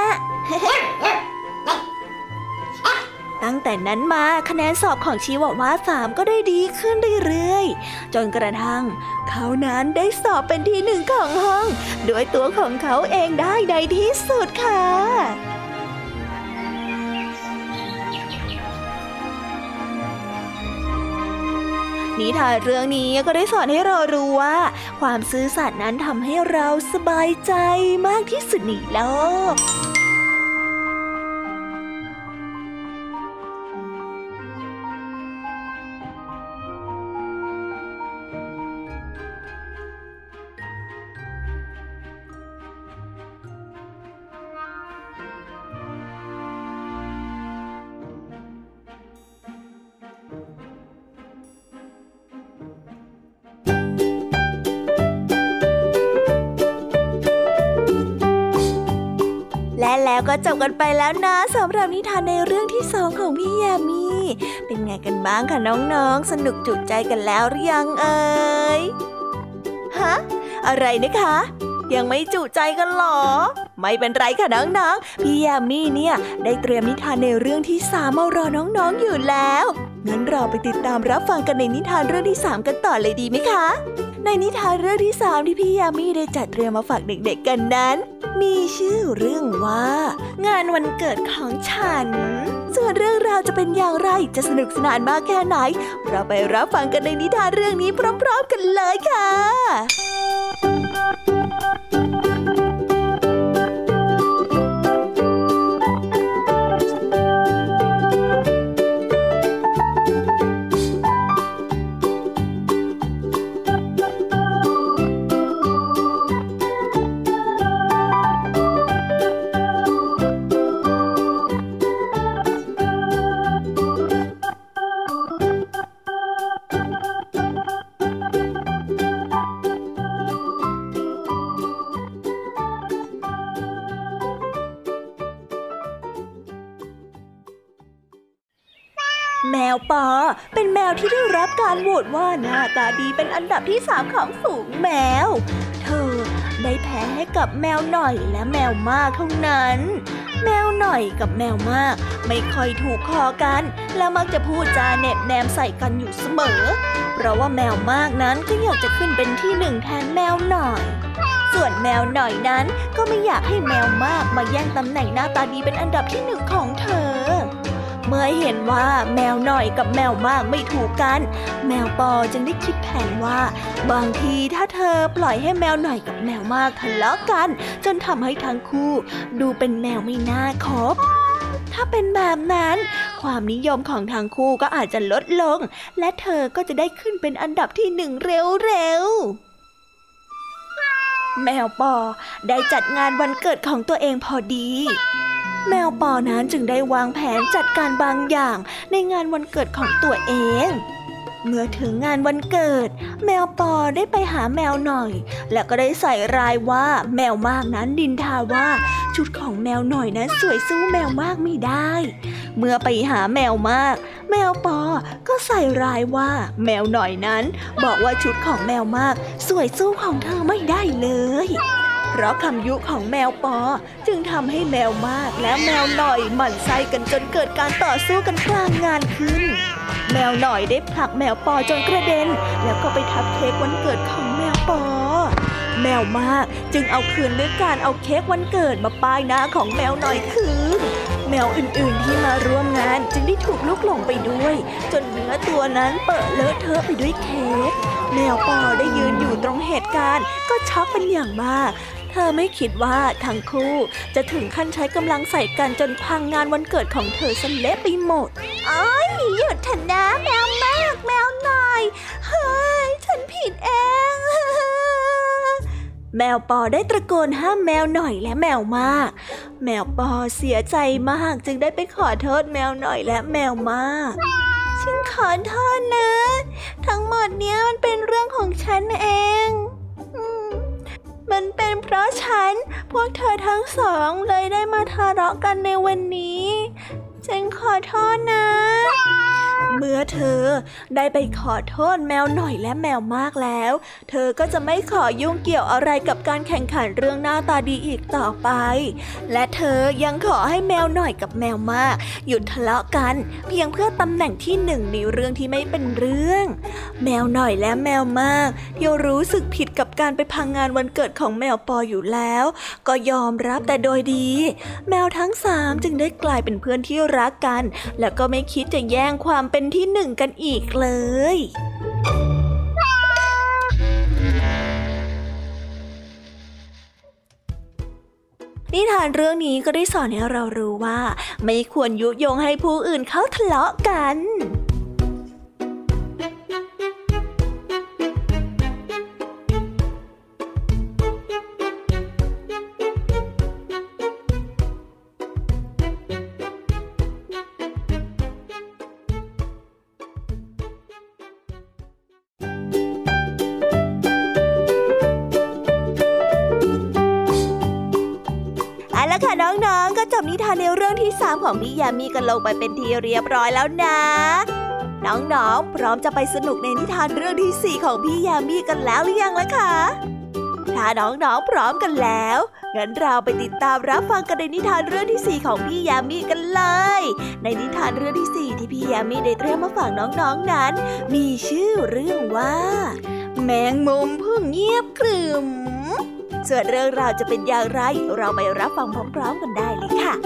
ตั้งแต่นั้นมาคะแนนสอบของชิวาว่าสามก็ได้ดีขึ้นเรื่อยๆจนกระทั่งเขานั้นได้สอบเป็นที่หนึ่งของห้องโดยตัวของเขาเองได้ในที่สุดค่ะนิทานเรื่องนี้ก็ได้สอนให้เรารู้ว่าความซื่อสัตย์นั้นทำให้เราสบายใจมากที่สุดในโลกและแล้วก็จบกันไปแล้วนะสำหรับนิทานในเรื่องที่สองของพี่ยามีเป็นไงกันบ้างคะน้องๆสนุกจุใจกันแล้วหรือยังเอ่ยฮะอะไรนะคะยังไม่จุใจกันหรอไม่เป็นไรค่ะน้องๆพี่ยามีเนี่ยได้เตรียมนิทานในเรื่องที่สามมารอน้องๆอยู่แล้วงั้นเราไปติดตามรับฟังกันในนิทานเรื่องที่สามกันต่อเลยดีไหมคะในนิทานเรื่องที่สามที่พี่ยามีได้จัดเตรียมมาฝากเด็กๆกันนั้นมีชื่อเรื่องว่างานวันเกิดของฉันส่วนเรื่องราวจะเป็นอย่างไรจะสนุกสนานมากแค่ไหนเราไปรับฟังกันในนิทานเรื่องนี้พร้อมๆกันเลยค่ะแมวปอเป็นแมวที่ได้รับการโหวตว่าหน้าตาดีเป็นอันดับที่สามของฝูงแมวเธอได้แพ้ให้กับแมวหน่อยและแมวมากเท่านั้นแมวหน่อยกับแมวมากไม่ค่อยถูกคอกันและมักจะพูดจาเน็บแนมใส่กันอยู่เสมอเพราะว่าแมวมากนั้นก็อยากจะขึ้นเป็นที่หนึ่งแทนแมวหน่อยส่วนแมวหน่อยนั้นก็ไม่อยากให้แมวมากมาแย่งตำแหน่งหน้าตาดีเป็นอันดับที่หนึ่งของเธอเมื่อเห็นว่าแมวหน่อยกับแมวมากไม่ถูกกันแมวปอจึงได้คิดแผนว่าบางทีถ้าเธอปล่อยให้แมวหน่อยกับแมวมากทะเลาะกันจนทำให้ทั้งคู่ดูเป็นแมวไม่น่าคบถ้าเป็นแบบนั้นความนิยมของทั้งคู่ก็อาจจะลดลงและเธอก็จะได้ขึ้นเป็นอันดับที่หนึ่งเร็วๆแมวปอได้จัดงานวันเกิดของตัวเองพอดีแมวปอนั้นจึงได้วางแผนจัดการบางอย่างในงานวันเกิดของตัวเองเมื่อถึงงานวันเกิดแมวปอได้ไปหาแมวหน่อยแล้วก็ได้ใส่รายว่าแมวมากนั้นดินทาว่าชุดของแมวหน่อยนั้นสวยสู้แมวมากไม่ได้เมื่อไปหาแมวมากแมวปอก็ใส่รายว่าแมวหน่อยนั้นบอกว่าชุดของแมวมากสวยสู้ของเธอไม่ได้เลยเพราะคำยุของแมวปอจึงทำให้แมวมากและแมวหน่อยหมั่นไส้กันจนเกิดการต่อสู้กันกลางงานขึ้นแมวหน่อยได้ผลักแมวปอจนกระเด็นแล้วก็ไปทับเค้กวันเกิดของแมวปอแมวมากจึงเอาคืนด้วยการเอาเค้กวันเกิดมาป้ายหน้าของแมวหน่อยคืนแมวอื่นๆที่มาร่วมงานจึงได้ถูกลุกหลงไปด้วยจนเนื้อตัวนั้นเปิดเลอะเทอะไปด้วยเค้กแมวปอได้ยืนอยู่ตรงเหตุการณ์ก็ช็อกเป็นอย่างมากเธอไม่คิดว่าทั้งคู่จะถึงขั้นใช้กำลังใส่กันจนพังงานวันเกิดของเธอสเละไปหมดอ้อยหยุดเถอะนะแมวมากแมวหน่อยเฮ้ยฉันผิดเองแมวปอได้ตะโกนห้ามแมวหน่อยและแมวมากแมวปอเสียใจมากจึงได้ไปขอโทษแมวหน่อยและแมวมากฉันขอโทษนะทั้งหมดเนี้ยมันเป็นเรื่องของฉันเองมันเป็นเพราะฉันพวกเธอทั้งสองเลยได้มาทะเลาะกันในวันนี้ฉันขอโทษนะเมื่อเธอได้ไปขอโทษแมวหน่อยและแมวมากแล้วเธอก็จะไม่ขอยุ่งเกี่ยวอะไรกับการแข่งขันเรื่องหน้าตาดีอีกต่อไปและเธอยังขอให้แมวหน่อยกับแมวมากหยุดทะเลาะกันเพียงเพื่อตำแหน่งที่หนึ่งในเรื่องที่ไม่เป็นเรื่องแมวหน่อยและแมวมากที่รู้สึกผิดกับการไปพังงานวันเกิดของแมวปออยู่แล้วก็ยอมรับแต่โดยดีแมวทั้งสามจึงได้กลายเป็นเพื่อนที่รักกันแล้วก็ไม่คิดจะแย่งความเป็นที่หนึ่งกันอีกเลยนิทานเรื่องนี้ก็ได้สอนให้เรารู้ว่าไม่ควรยุยงให้ผู้อื่นเขาทะเลาะกันน้องๆก็จบนิทานในเรื่องที่สามของพี่ยามีกันลงไปเป็นที่เรียบร้อยแล้วนะน้องๆพร้อมจะไปสนุกในนิทานเรื่องที่สี่ของพี่ยามีกันแล้วหรือยังล่ะคะถ้าน้องๆพร้อมกันแล้วงั้นเราไปติดตามรับฟังกันในนิทานเรื่องที่สี่ของพี่ยามีกันเลยในนิทานเรื่องที่สี่ที่พี่ยามีได้เตรียมมาฝากน้องๆนั้นมีชื่อเรื่องว่าแมงมุมผู้เงียบขรึมส่วนเรื่องราวจะเป็นอย่างไรเราไปรับฟังพร้อมๆกันได้เลยค่ะ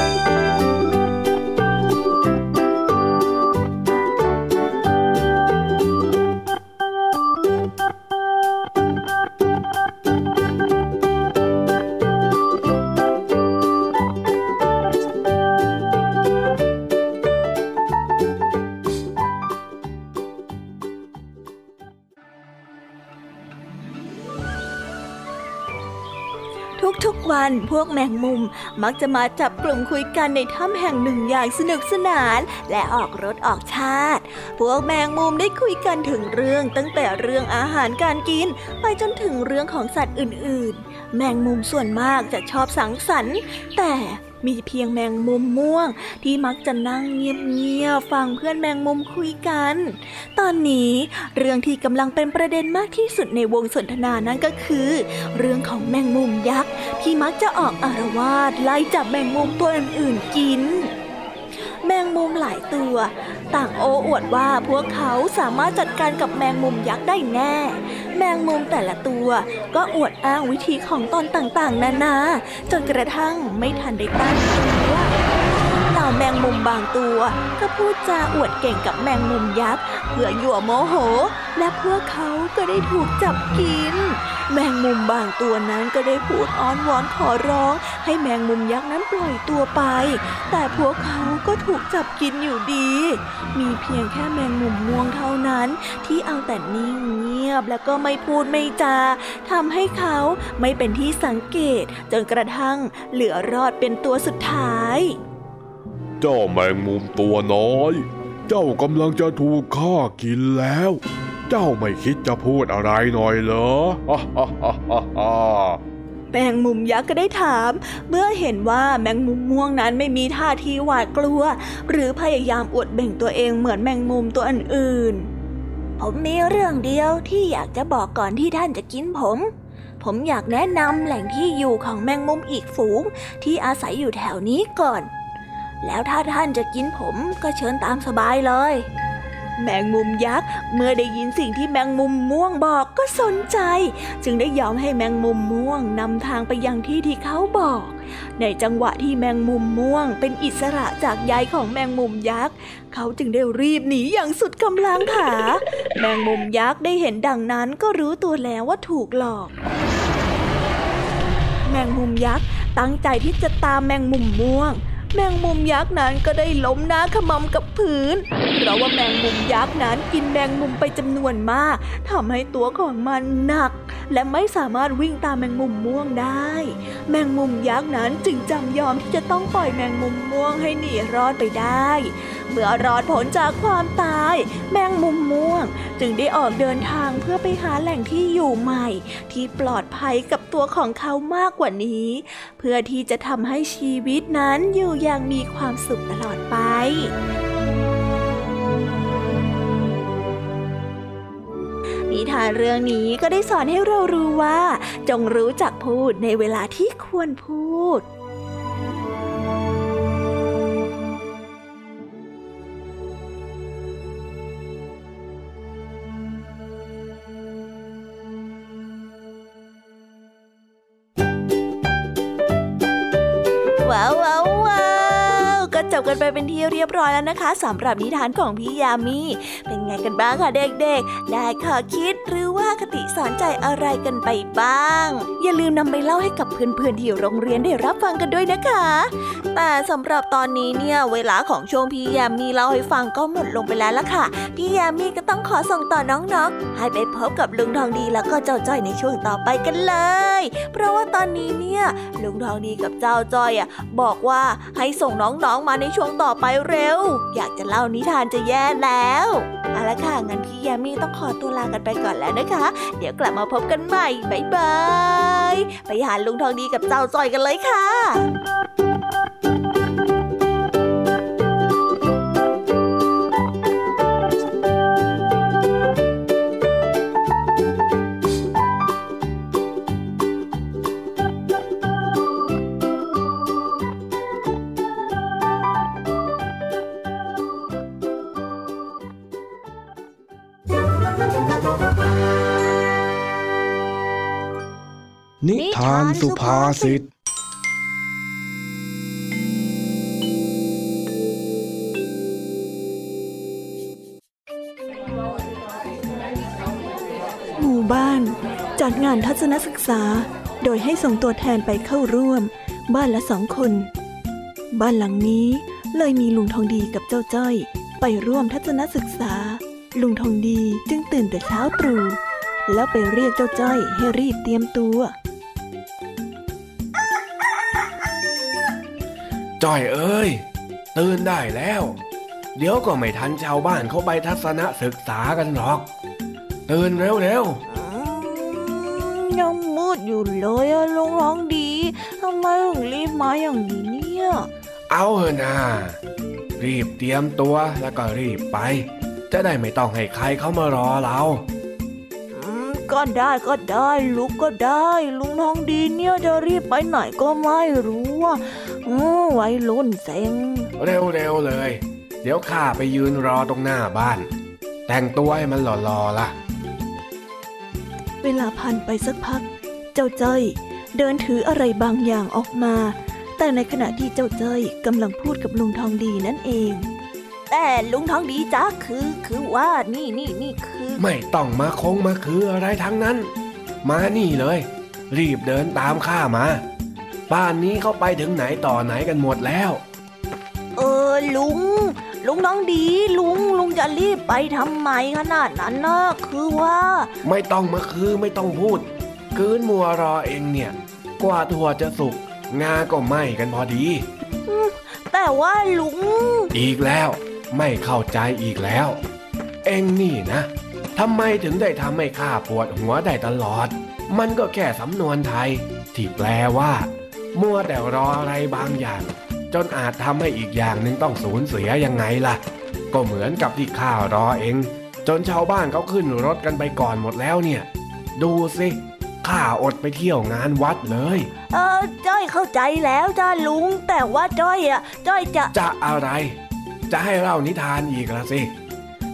ทุกๆวันพวกแมงมุมมักจะมาจับกลุ่มคุยกันในถ้ำแห่งหนึ่งอย่างสนุกสนานและออกรถออกชาติพวกแมงมุมได้คุยกันถึงเรื่องตั้งแต่เรื่องอาหารการกินไปจนถึงเรื่องของสัตว์อื่นๆแมงมุมส่วนมากจะชอบสังสรรค์แต่มีเพียงแมงมุมม่วงที่มักจะนั่งเงียบๆฟังเพื่อนแมงมุมคุยกันตอนนี้เรื่องที่กำลังเป็นประเด็นมากที่สุดในวงสนทนานั้นก็คือเรื่องของแมงมุมยักษ์ที่มักจะออกอาละวาดไล่จับแมงมุมตัวอื่นๆกินแมงมุมหลายตัวต่างโอ้อวดว่าพวกเขาสามารถจัดการกับแมงมุมยักษ์ได้แน่แมงมุมแต่ละตัวก็อวดอ้างวิธีของตนต่างๆนานาจนกระทั่งไม่ทันได้ตั้งตัวเหล่าแมงมุมบางตัวก็พูดจาอวดเก่งกับแมงมุมยักษ์เพื่อยั่วโมโหและพวกเขาก็ได้ถูกจับกินแมงมุมบางตัวนั้นก็ได้พูดอ้อนวอนขอร้องให้แมงมุมยักษ์นั้นปล่อยตัวไปแต่พวกเขาก็ถูกจับกินอยู่ดีมีเพียงแค่แมงมุมม่วงเท่านั้นที่เอาแต่นิ่งเงียบแล้วก็ไม่พูดไม่จาทำให้เขาไม่เป็นที่สังเกตจนกระทั่งเหลือรอดเป็นตัวสุดท้ายเจ้าแมงมุมตัวน้อยเจ้ากำลังจะถูกฆ่ากินแล้วเจ้าไม่คิดจะพูดอะไรหน่อยเหรอแมงมุมยักษ์ก็ได้ถามเมื่อเห็นว่าแมงมุมม่วงนั้นไม่มีท่าทีหวาดกลัวหรือพยายามอวดเบ่งตัวเองเหมือนแมงมุมตัวอื่นๆผมมีเรื่องเดียวที่อยากจะบอกก่อนที่ท่านจะกินผมผมอยากแนะนำแหล่งที่อยู่ของแมงมุมอีกฝูงที่อาศัยอยู่แถวนี้ก่อนแล้วถ้าท่านจะกินผมก็เชิญตามสบายเลยแมงมุมยักษ์เมื่อได้ยินสิ่งที่แมงมุมม่วงบอกก็สนใจจึงได้ยอมให้แมงมุมม่วงนำทางไปยังที่ที่เขาบอกในจังหวะที่แมงมุมม่วงเป็นอิสระจากใยของแมงมุมยักษ์เขาจึงได้รีบหนีอย่างสุดกำลังขาแมงมุมยักษ์ได้เห็นดังนั้นก็รู้ตัวแล้วว่าถูกหลอกแมงมุมยักษ์ตั้งใจที่จะตามแมงมุมม่วงแมงมุมยักษ์นั้นก็ได้ล้มหน้าขมำกับพื้นเพราะว่าแมงมุมยักษ์นั้นกินแมงมุมไปจำนวนมากทำให้ตัวของมันหนักและไม่สามารถวิ่งตามแมงมุมม่วงได้แมงมุมยักษ์นั้นจึงจำยอมที่จะต้องปล่อยแมงมุมม่วงให้หนีรอดไปได้เมื่อรอดพ้นจากความตายแมงมุมม่วงจึงได้ออกเดินทางเพื่อไปหาแหล่งที่อยู่ใหม่ที่ปลอดภัยกับตัวของเขามากกว่านี้เพื่อที่จะทำให้ชีวิตนั้นอยู่อย่างมีความสุขตลอดไปนิทานเรื่องนี้ก็ได้สอนให้เรารู้ว่าจงรู้จักพูดในเวลาที่ควรพูดว้าวว้าวว้าวก็จบกันไปเป็นที่เรียบร้อยแล้วนะคะสำหรับนิทานของพี่ยามีเป็นไงกันบ้างคะเด็กๆได้ข้อคิดหรือว่าคติสอนใจอะไรกันไปบ้างอย่าลืมนำไปเล่าให้กับเพื่อนๆที่โรงเรียนได้รับฟังกันด้วยนะคะแต่สำหรับตอนนี้เนี่ยเวลาของช่วงพี่ยามีเล่าให้ฟังก็หมดลงไปแล้วล่ะค่ะพี่ยามีก็ต้องขอส่งต่อน้องๆให้ไปพบกับลุงทองดีแล้วก็เจ้าจ้อยในช่วงต่อไปกันเลยเพราะว่าตอนนี้เนี่ยลุงทองดีกับเจ้าจ้อยอ่ะบอกว่าให้ส่งน้องๆมาในช่วงต่อไปเร็วอยากจะเล่านิทานจะแย่แล้วเอาละค่ะงั้นพี่ยามีต้องขอตัวลากันไปก่อนแล้วนะคะเดี๋ยวกลับมาพบกันใหม่บ๊ายบายไปหาลุงทองดีกับเจ้าจ้อยกันเลยค่ะนิทานสุภาษิตหมู่บ้านจัดงานทัศนศึกษาโดยให้ส่งตัวแทนไปเข้าร่วมบ้านละสองคนบ้านหลังนี้เลยมีลุงทองดีกับเจ้าจ้อยไปร่วมทัศนศึกษาลุงทองดีจึงตื่นแต่เช้าตรู่แล้วไปเรียกเจ้าจ้อยให้รีบเตรียมตัวจ้อยเอ้ยตื่นได้แล้วเดี๋ยวก็ไม่ทันชาวบ้านเขาไปทัศนศึกษากันหรอกตื่นเร็วๆยังมืดอยู่เลยอะลุงทองดีทำไมถึงรีบมาอย่างนี้เนี่ยเอาเถอะนะรีบเตรียมตัวแล้วก็รีบไปจะได้ไม่ต้องให้ใครเขามารอเราก็ได้ก็ได้ลุกก็ได้ลุงทองดีเนี่ยจะรีบไปไหนก็ไม่รู้ว่าไว้ลุ้นเซ็งเร็วๆเลยเดี๋ยวข้าไปยืนรอตรงหน้าบ้านแต่งตัวให้มันหล่อๆล่ะเวลาผ่านไปสักพักเจ้าจ้อยเดินถืออะไรบางอย่างออกมาแต่ในขณะที่เจ้าจ้อยกำลังพูดกับลุงทองดีนั่นเองแต่ลุงทองดีจ๊ะคือคือว่านี่นี่นี่คือไม่ต้องมาคงมาคืออะไรทั้งนั้นมานี่เลยรีบเดินตามข้ามาบ้านนี้เขาไปถึงไหนต่อไหนกันหมดแล้วเออลุงลุงทองดีลุงลุงจะรีบไปทำไมขนาดนั้นนะคือว่าไม่ต้องมาคือไม่ต้องพูดคืนมัวรอเองเนี่ยกว่าถั่วจะสุกงาก็ไหม้กันพอดีแต่ว่าลุงอีกแล้วไม่เข้าใจอีกแล้วเอ็งนี่นะทำไมถึงได้ทำให้ข้าปวดหัวได้ตลอดมันก็แค่สำนวนไทยที่แปลว่ามัวแต่รออะไรบางอย่างจนอาจทำให้อีกอย่างหนึ่งต้องสูญเสียยังไงล่ะก็เหมือนกับที่ข้ารอเองจนชาวบ้านเขาขึ้นรถกันไปก่อนหมดแล้วเนี่ยดูสิข้าอดไปเที่ยวงานวัดเลยเออจ้อยเข้าใจแล้วจ้าลุงแต่ว่าจ้อยอ่ะจ้อยจะจะอะไรจะให้เล่านิทานอีกละสิ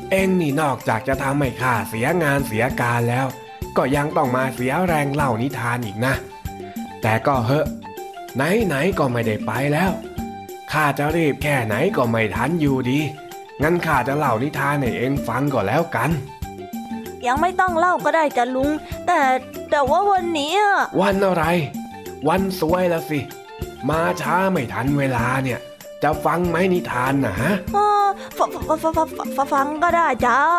เอ็งนี่นอกจากจะทำให้ข้าเสียงานเสียการแล้วก็ยังต้องมาเสียแรงเล่านิทานอีกนะแต่ก็เหอะไหนๆก็ไม่ได้ไปแล้วข้าจะรีบแค่ไหนก็ไม่ทันอยู่ดีงั้นข้าจะเล่านิทานให้เอ็งฟังก็แล้วกันยังไม่ต้องเล่าก็ได้จ้ะลุงแต่แต่ว่าวันนี้วันอะไรวันสวยละสิมาช้าไม่ทันเวลาเนี่ยจะฟังไหมนิทานนะฮะอ๋อฟังฟังฟังฟังฟังก็ได้จ้า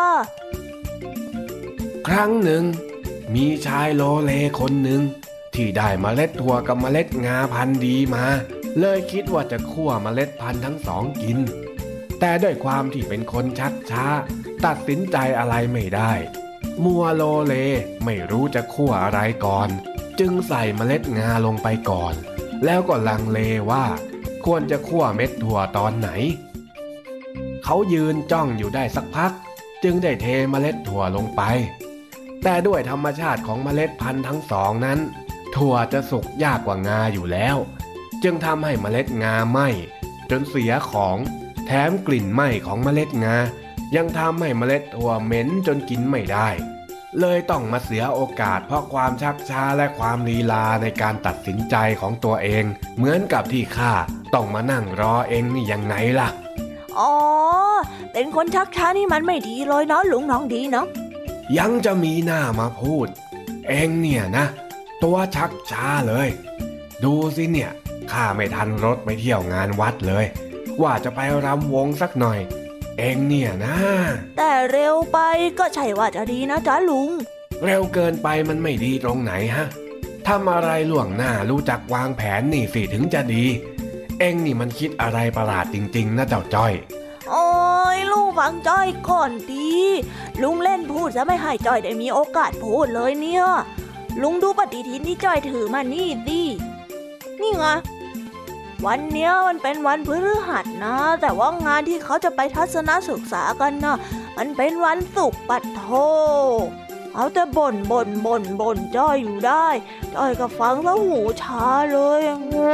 ครั้งหนึ่งมีชายโลเลคนหนึ่งที่ได้เมล็ดถั่วกับเมล็ดงาพันธุ์ดีมาเลยคิดว่าจะคั่วเมล็ดพันธุ์ทั้งสองกินแต่ด้วยความที่เป็นคนชักช้าตัดสินใจอะไรไม่ได้มัวโลเลไม่รู้จะคั่วอะไรก่อนจึงใส่เมล็ดงาลงไปก่อนแล้วก็ลังเลว่าควรจะคั่วเม็ดถั่วตอนไหนเขายืนจ้องอยู่ได้สักพักจึงได้เทเมล็ดถั่วลงไปแต่ด้วยธรรมชาติของเมล็ดพันธุ์ทั้งสองนั้นถั่วจะสุกยากกว่างาอยู่แล้วจึงทำให้เมล็ดงาไหม้จนเสียของแถมกลิ่นไหม้ของเมล็ดงายังทำให้เมล็ดถั่วเหม็นจนกินไม่ได้เลยต้องมาเสียโอกาสเพราะความชักช้าและความลีลาในการตัดสินใจของตัวเองเหมือนกับที่ข้าต้องมานั่งรอเองนี่ยังไงล่ะอ๋อเป็นคนชักช้านี่มันไม่ดีเลยเนาะลุงน้องดีเนาะยังจะมีหน้ามาพูดเองเนี่ยนะตัวชักช้าเลยดูสิเนี่ยข้าไม่ทันรถไปเที่ยวงานวัดเลยว่าจะไปรำวงสักหน่อยเองเนี่ยนะแต่เร็วไปก็ใช่ว่าจะดีนะจ๊ะลุงเร็วเกินไปมันไม่ดีตรงไหนฮะทำอะไรล่วงหน้ารู้จักวางแผนนี่สิถึงจะดีเองนี่มันคิดอะไรประหลาดจริงๆนะเจ้าจ้อยโอ้ยลุงฟังจ้อยก่อนดีลุงเล่นพูดซะไม่ให้จ้อยได้มีโอกาสพูดเลยเนี่ยลุงดูปฏิทินที่จ้อยถือมานี่ดินี่ไงวันเนี้ยมันเป็นวันพฤหัสนะแต่ว่างานที่เขาจะไปทัศนศึกษากันนะมันเป็นวันศุกร์ปัดโธเขาจะบ่นบ่นบ่นบ่นจ้อยอยู่ได้จ้อยก็ฟังแล้วหูชาเลย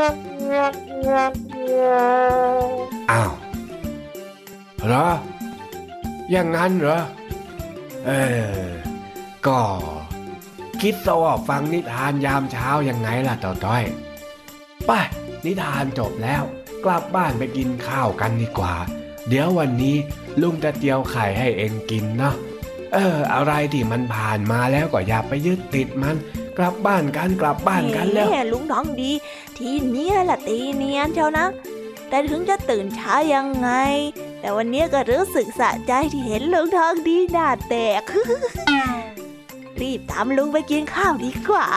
อ้าวเหรออย่างนั้นเหรอเออก็คิดซะว่าฟังนิทานยามเช้ายังไงล่ะเจ้าจ้อยไปนิทานจบแล้วกลับบ้านไปกินข้าวกันดีกว่าเดี๋ยววันนี้ลุงจะเจียวไข่ให้เองกินเนาะเอออะไรที่มันผ่านมาแล้วก็อย่าไปยึดติดมันกลับบ้านกันกลับบ้านกันแล้วแม่ลุงน้องดีทีนี้ล่ะตีเนียนเชียวนะแต่ถึงจะตื่นช้ายังไงแต่วันนี้ก็รู้สึกสะใจที่เห็นลุงทองดีหน้าแตก รีบตามลุงไปกินข้าวดีกว่า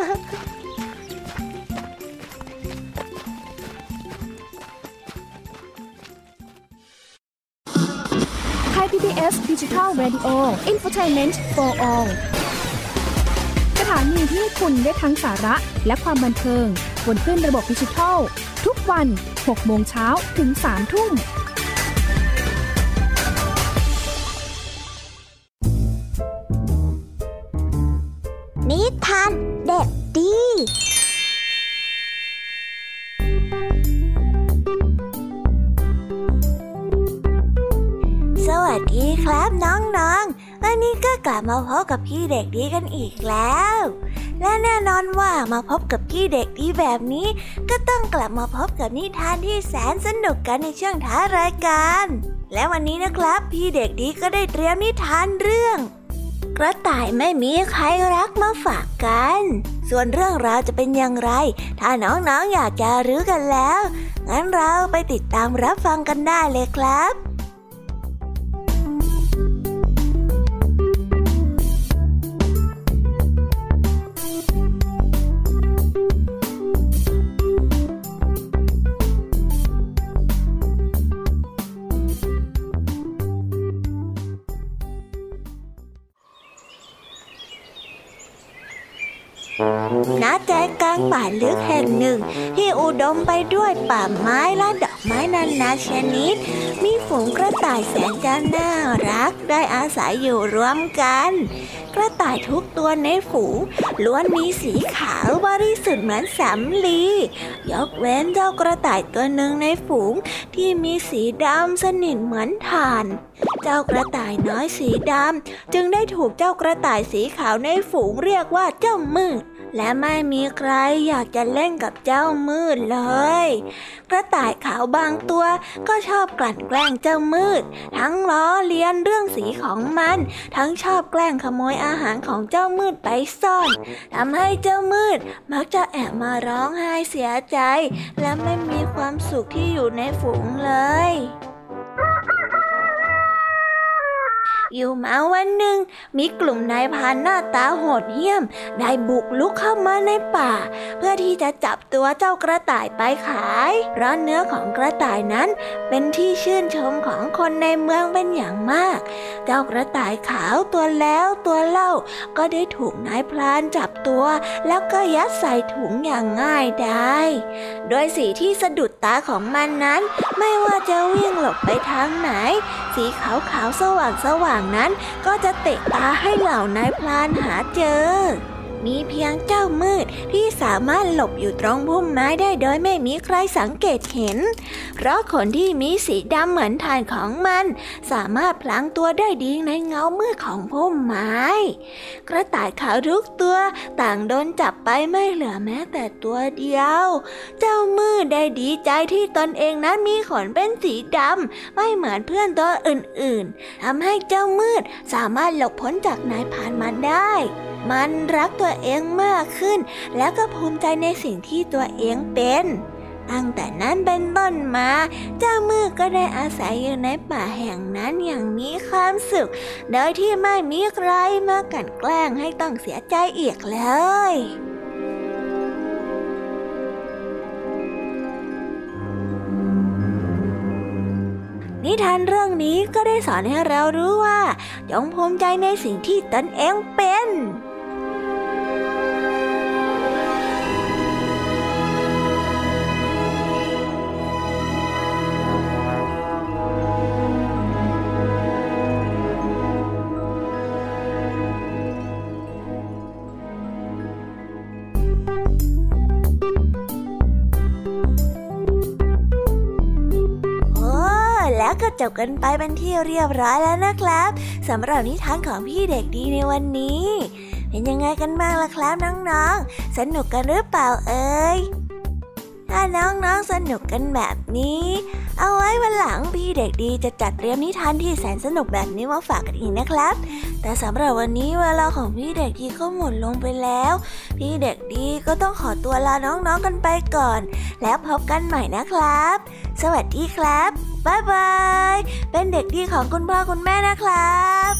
ไทย พี บี เอส Digital Radio Infotainment for All สถานีที่คุณได้ทั้งสาระและความบันเทิงบนคลื่นระบบดิจิทัลทุกวันหกโมงเช้าถึงสามทุ่มนิทานเด็กดีสวัสดีครับน้องๆวันนี้ก็กลับมาพบกับพี่เด็กดีกันอีกแล้วและแน่นอนว่ามาพบกับพี่เด็กดีแบบนี้ก็ต้องกลับมาพบกับนิทานที่แสนสนุกกันในช่วงท้ายรายการและวันนี้นะครับพี่เด็กดีก็ได้เตรียมนิทานเรื่องกระต่ายไม่มีใครรักมาฝากกันส่วนเรื่องราวจะเป็นอย่างไรถ้าน้องๆ อ, อยากจะรู้กันแล้วงั้นเราไปติดตามรับฟังกันได้เลยครับณ ใจกลางป่าลึกแห่งหนึ่งที่อุดมไปด้วยป่าไม้และดอกไม้นานาชนิดมีฝูงกระต่ายแสนจะน่ารักได้อาศัยอยู่ร่วมกันกระต่ายทุกตัวในฝูงล้วนมีสีขาวบริสุทธิ์เหมือนสำลียกเว้นเจ้ากระต่ายตัวหนึ่งในฝูงที่มีสีดำสนิทเหมือนถ่านเจ้ากระต่ายน้อยสีดำจึงได้ถูกเจ้ากระต่ายสีขาวในฝูงเรียกว่าเจ้ามืดและไม่มีใครอยากจะเล่นกับเจ้ามืดเลยกระต่ายขาวบางตัวก็ชอบกลั่นแกล้งเจ้ามืดทั้งล้อเลียนเรื่องสีของมันทั้งชอบแกล้งขโมยอาหารของเจ้ามืดไปซ่อนทำให้เจ้ามืดมักจะแอบมาร้องไห้เสียใจและไม่มีความสุขที่อยู่ในฝูงเลยอยู่มาวันหนึ่งมีกลุ่มนายพรานหน้าตาโหดเหี้ยมได้บุกลุกเข้ามาในป่าเพื่อที่จะจับตัวเจ้ากระต่ายไปขายเพราะเนื้อของกระต่ายนั้นเป็นที่ชื่นชมของคนในเมืองเป็นอย่างมากเจ้ากระต่ายขาวตัวแล้วตัวเล่าก็ได้ถูกนายพรานจับตัวแล้วก็ยัดใส่ถุงอย่างง่ายดายโดยสีที่สะดุดตาของมันนั้นไม่ว่าจะวิ่งหลบไปทางไหนสีขาวขาวสว่างสว่างนั้นก็จะเตะตาให้เหล่านายพรานหาเจอมีเพียงเจ้ามืดที่สามารถหลบอยู่ตรงพุ่มไม้ได้โดยไม่มีใครสังเกตเห็นเพราะขนที่มีสีดำเหมือนถ่านของมันสามารถพลางตัวได้ดีในเงามืดของพุ่มไม้กระต่ายขาวทุกตัวต่างโดนจับไปไม่เหลือแม้แต่ตัวเดียวเจ้ามืดได้ดีใจที่ตนเองนั้นมีขนเป็นสีดำไม่เหมือนเพื่อนตัวอื่นๆทำให้เจ้ามืดสามารถหลบพ้นจากนายพรานมาได้มันรักตัวเองมากขึ้นและก็ภูมิใจในสิ่งที่ตัวเองเป็นตั้งแต่นั้นเป็นต้นมาเจ้ามืดก็ได้อาศัยอยู่ในป่าแห่งนั้นอย่างมีความสุขโดยที่ไม่มีใครมากลั่นแกล้งให้ต้องเสียใจอีกเลยนิทานเรื่องนี้ก็ได้สอนให้เรารู้ว่าจงภูมิใจในสิ่งที่ตนเองเป็นแล้วก็จบกันไปเป็นที่เรียบร้อยแล้วนะครับสำหรับนิทานของพี่เด็กดีในวันนี้เป็นยังไงกันบ้างล่ะครับน้องๆสนุกกันหรือเปล่าเอ่ยถ้าน้องๆสนุกกันแบบนี้เอาไว้วันหลังพี่เด็กดีจะจัดเตรียมนิทานที่แสนสนุกแบบนี้มาฝากกันอีกนะครับแต่สำหรับวันนี้เวลาของพี่เด็กดีก็หมดลงไปแล้วพี่เด็กดีก็ต้องขอตัวลาน้องๆกันไปก่อนแล้วพบกันใหม่นะครับสวัสดีครับบ๊ายบายเป็นเด็กดีของคุณพ่อคุณแม่นะครับ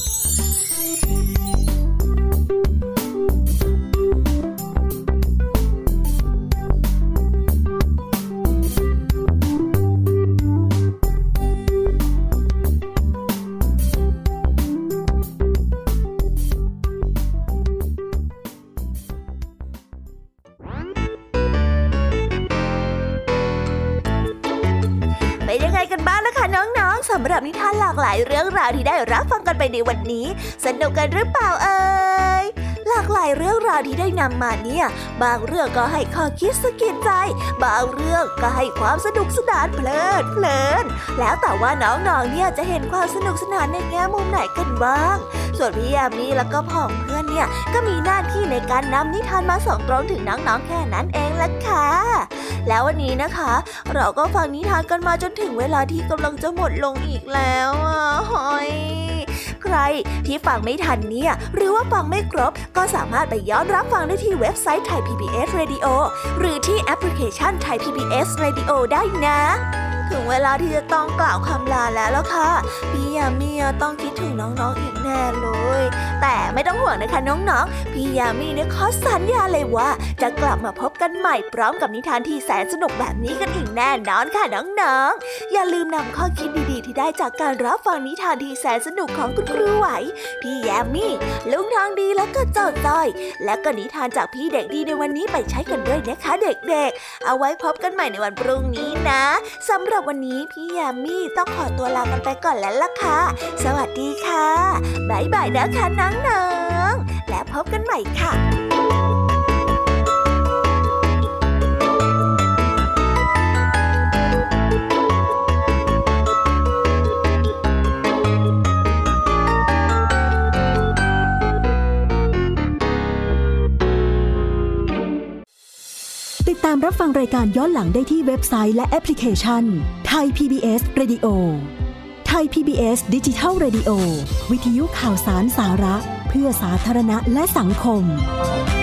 เป็นยังไงกันบ้างล่ะคะน้องๆสำหรับนิทานหลากหลายเรื่องราวที่ได้รับฟังกันไปในวันนี้สนุกกันหรือเปล่าเอ่ยหลากหลายเรื่องราวที่ได้นำมาเนี่ยบางเรื่องก็ให้ข้อคิดสะกิดใจบางเรื่องก็ให้ความสนุกสนานเพลิดเพลินแล้วแต่ว่าน้องๆเนี่ยจะเห็นความสนุกสนานในแง่มุมไหนกันบ้างส่วนพี่ยามีแล้วก็พ่องเพื่อนเนี่ยก็มีหน้าที่ในการนำนิทานมาส่งตรงถึงน้องๆแค่นั้นเองล่ะค่ะแล้ววันนี้นะคะเราก็ฟังนิทานกันมาจนถึงเวลาที่กำลังจะหมดลงอีกแล้วอ่ะหอยใครที่ฟังไม่ทันเนี่ยหรือว่าฟังไม่ครบก็สามารถไปย้อนรับฟังได้ที่เว็บไซต์ Thai พี บี เอส Radio หรือที่แอปพลิเคชัน Thai พี บี เอส Radio ได้นะถึงเวลาที่จะต้องกล่าวคำลาแล้วล่ะค่ะพี่ยามีต้องคิดถึงน้องๆอีกแน่เลยแต่ไม่ต้องห่วงนะคะน้องๆพี่ยามีเนี่ยขอสัญญาเลยว่าจะกลับมาพบกันใหม่พร้อมกับนิทานที่แสนสนุกแบบนี้กันอีกแน่นอนค่ะน้องๆอย่าลืมนำข้อคิดดีๆที่ได้จากการรับฟังนิทานที่แสนสนุกของคุณครูไหวพี่ยามีลุงทองดีและก็เจ้าจ้อยและก็นิทานจากพี่เด็กดีในวันนี้ไปใช้กันด้วยนะคะเด็กๆเอาไว้พบกันใหม่ในวันพรุ่งนี้นะสำหรับวันนี้พี่ยามีต้องขอตัวลากันไปก่อนแล้วล่ะค่ะสวัสดีค่ะบ๊ายบายนะคะน้องๆและพบกันใหม่ค่ะามรับฟังรายการย้อนหลังได้ที่เว็บไซต์และแอปพลิเคชัน Thai พี บี เอส Radio Thai พี บี เอส Digital Radio วิทยุข่าวสารสาระเพื่อสาธารณะและสังคม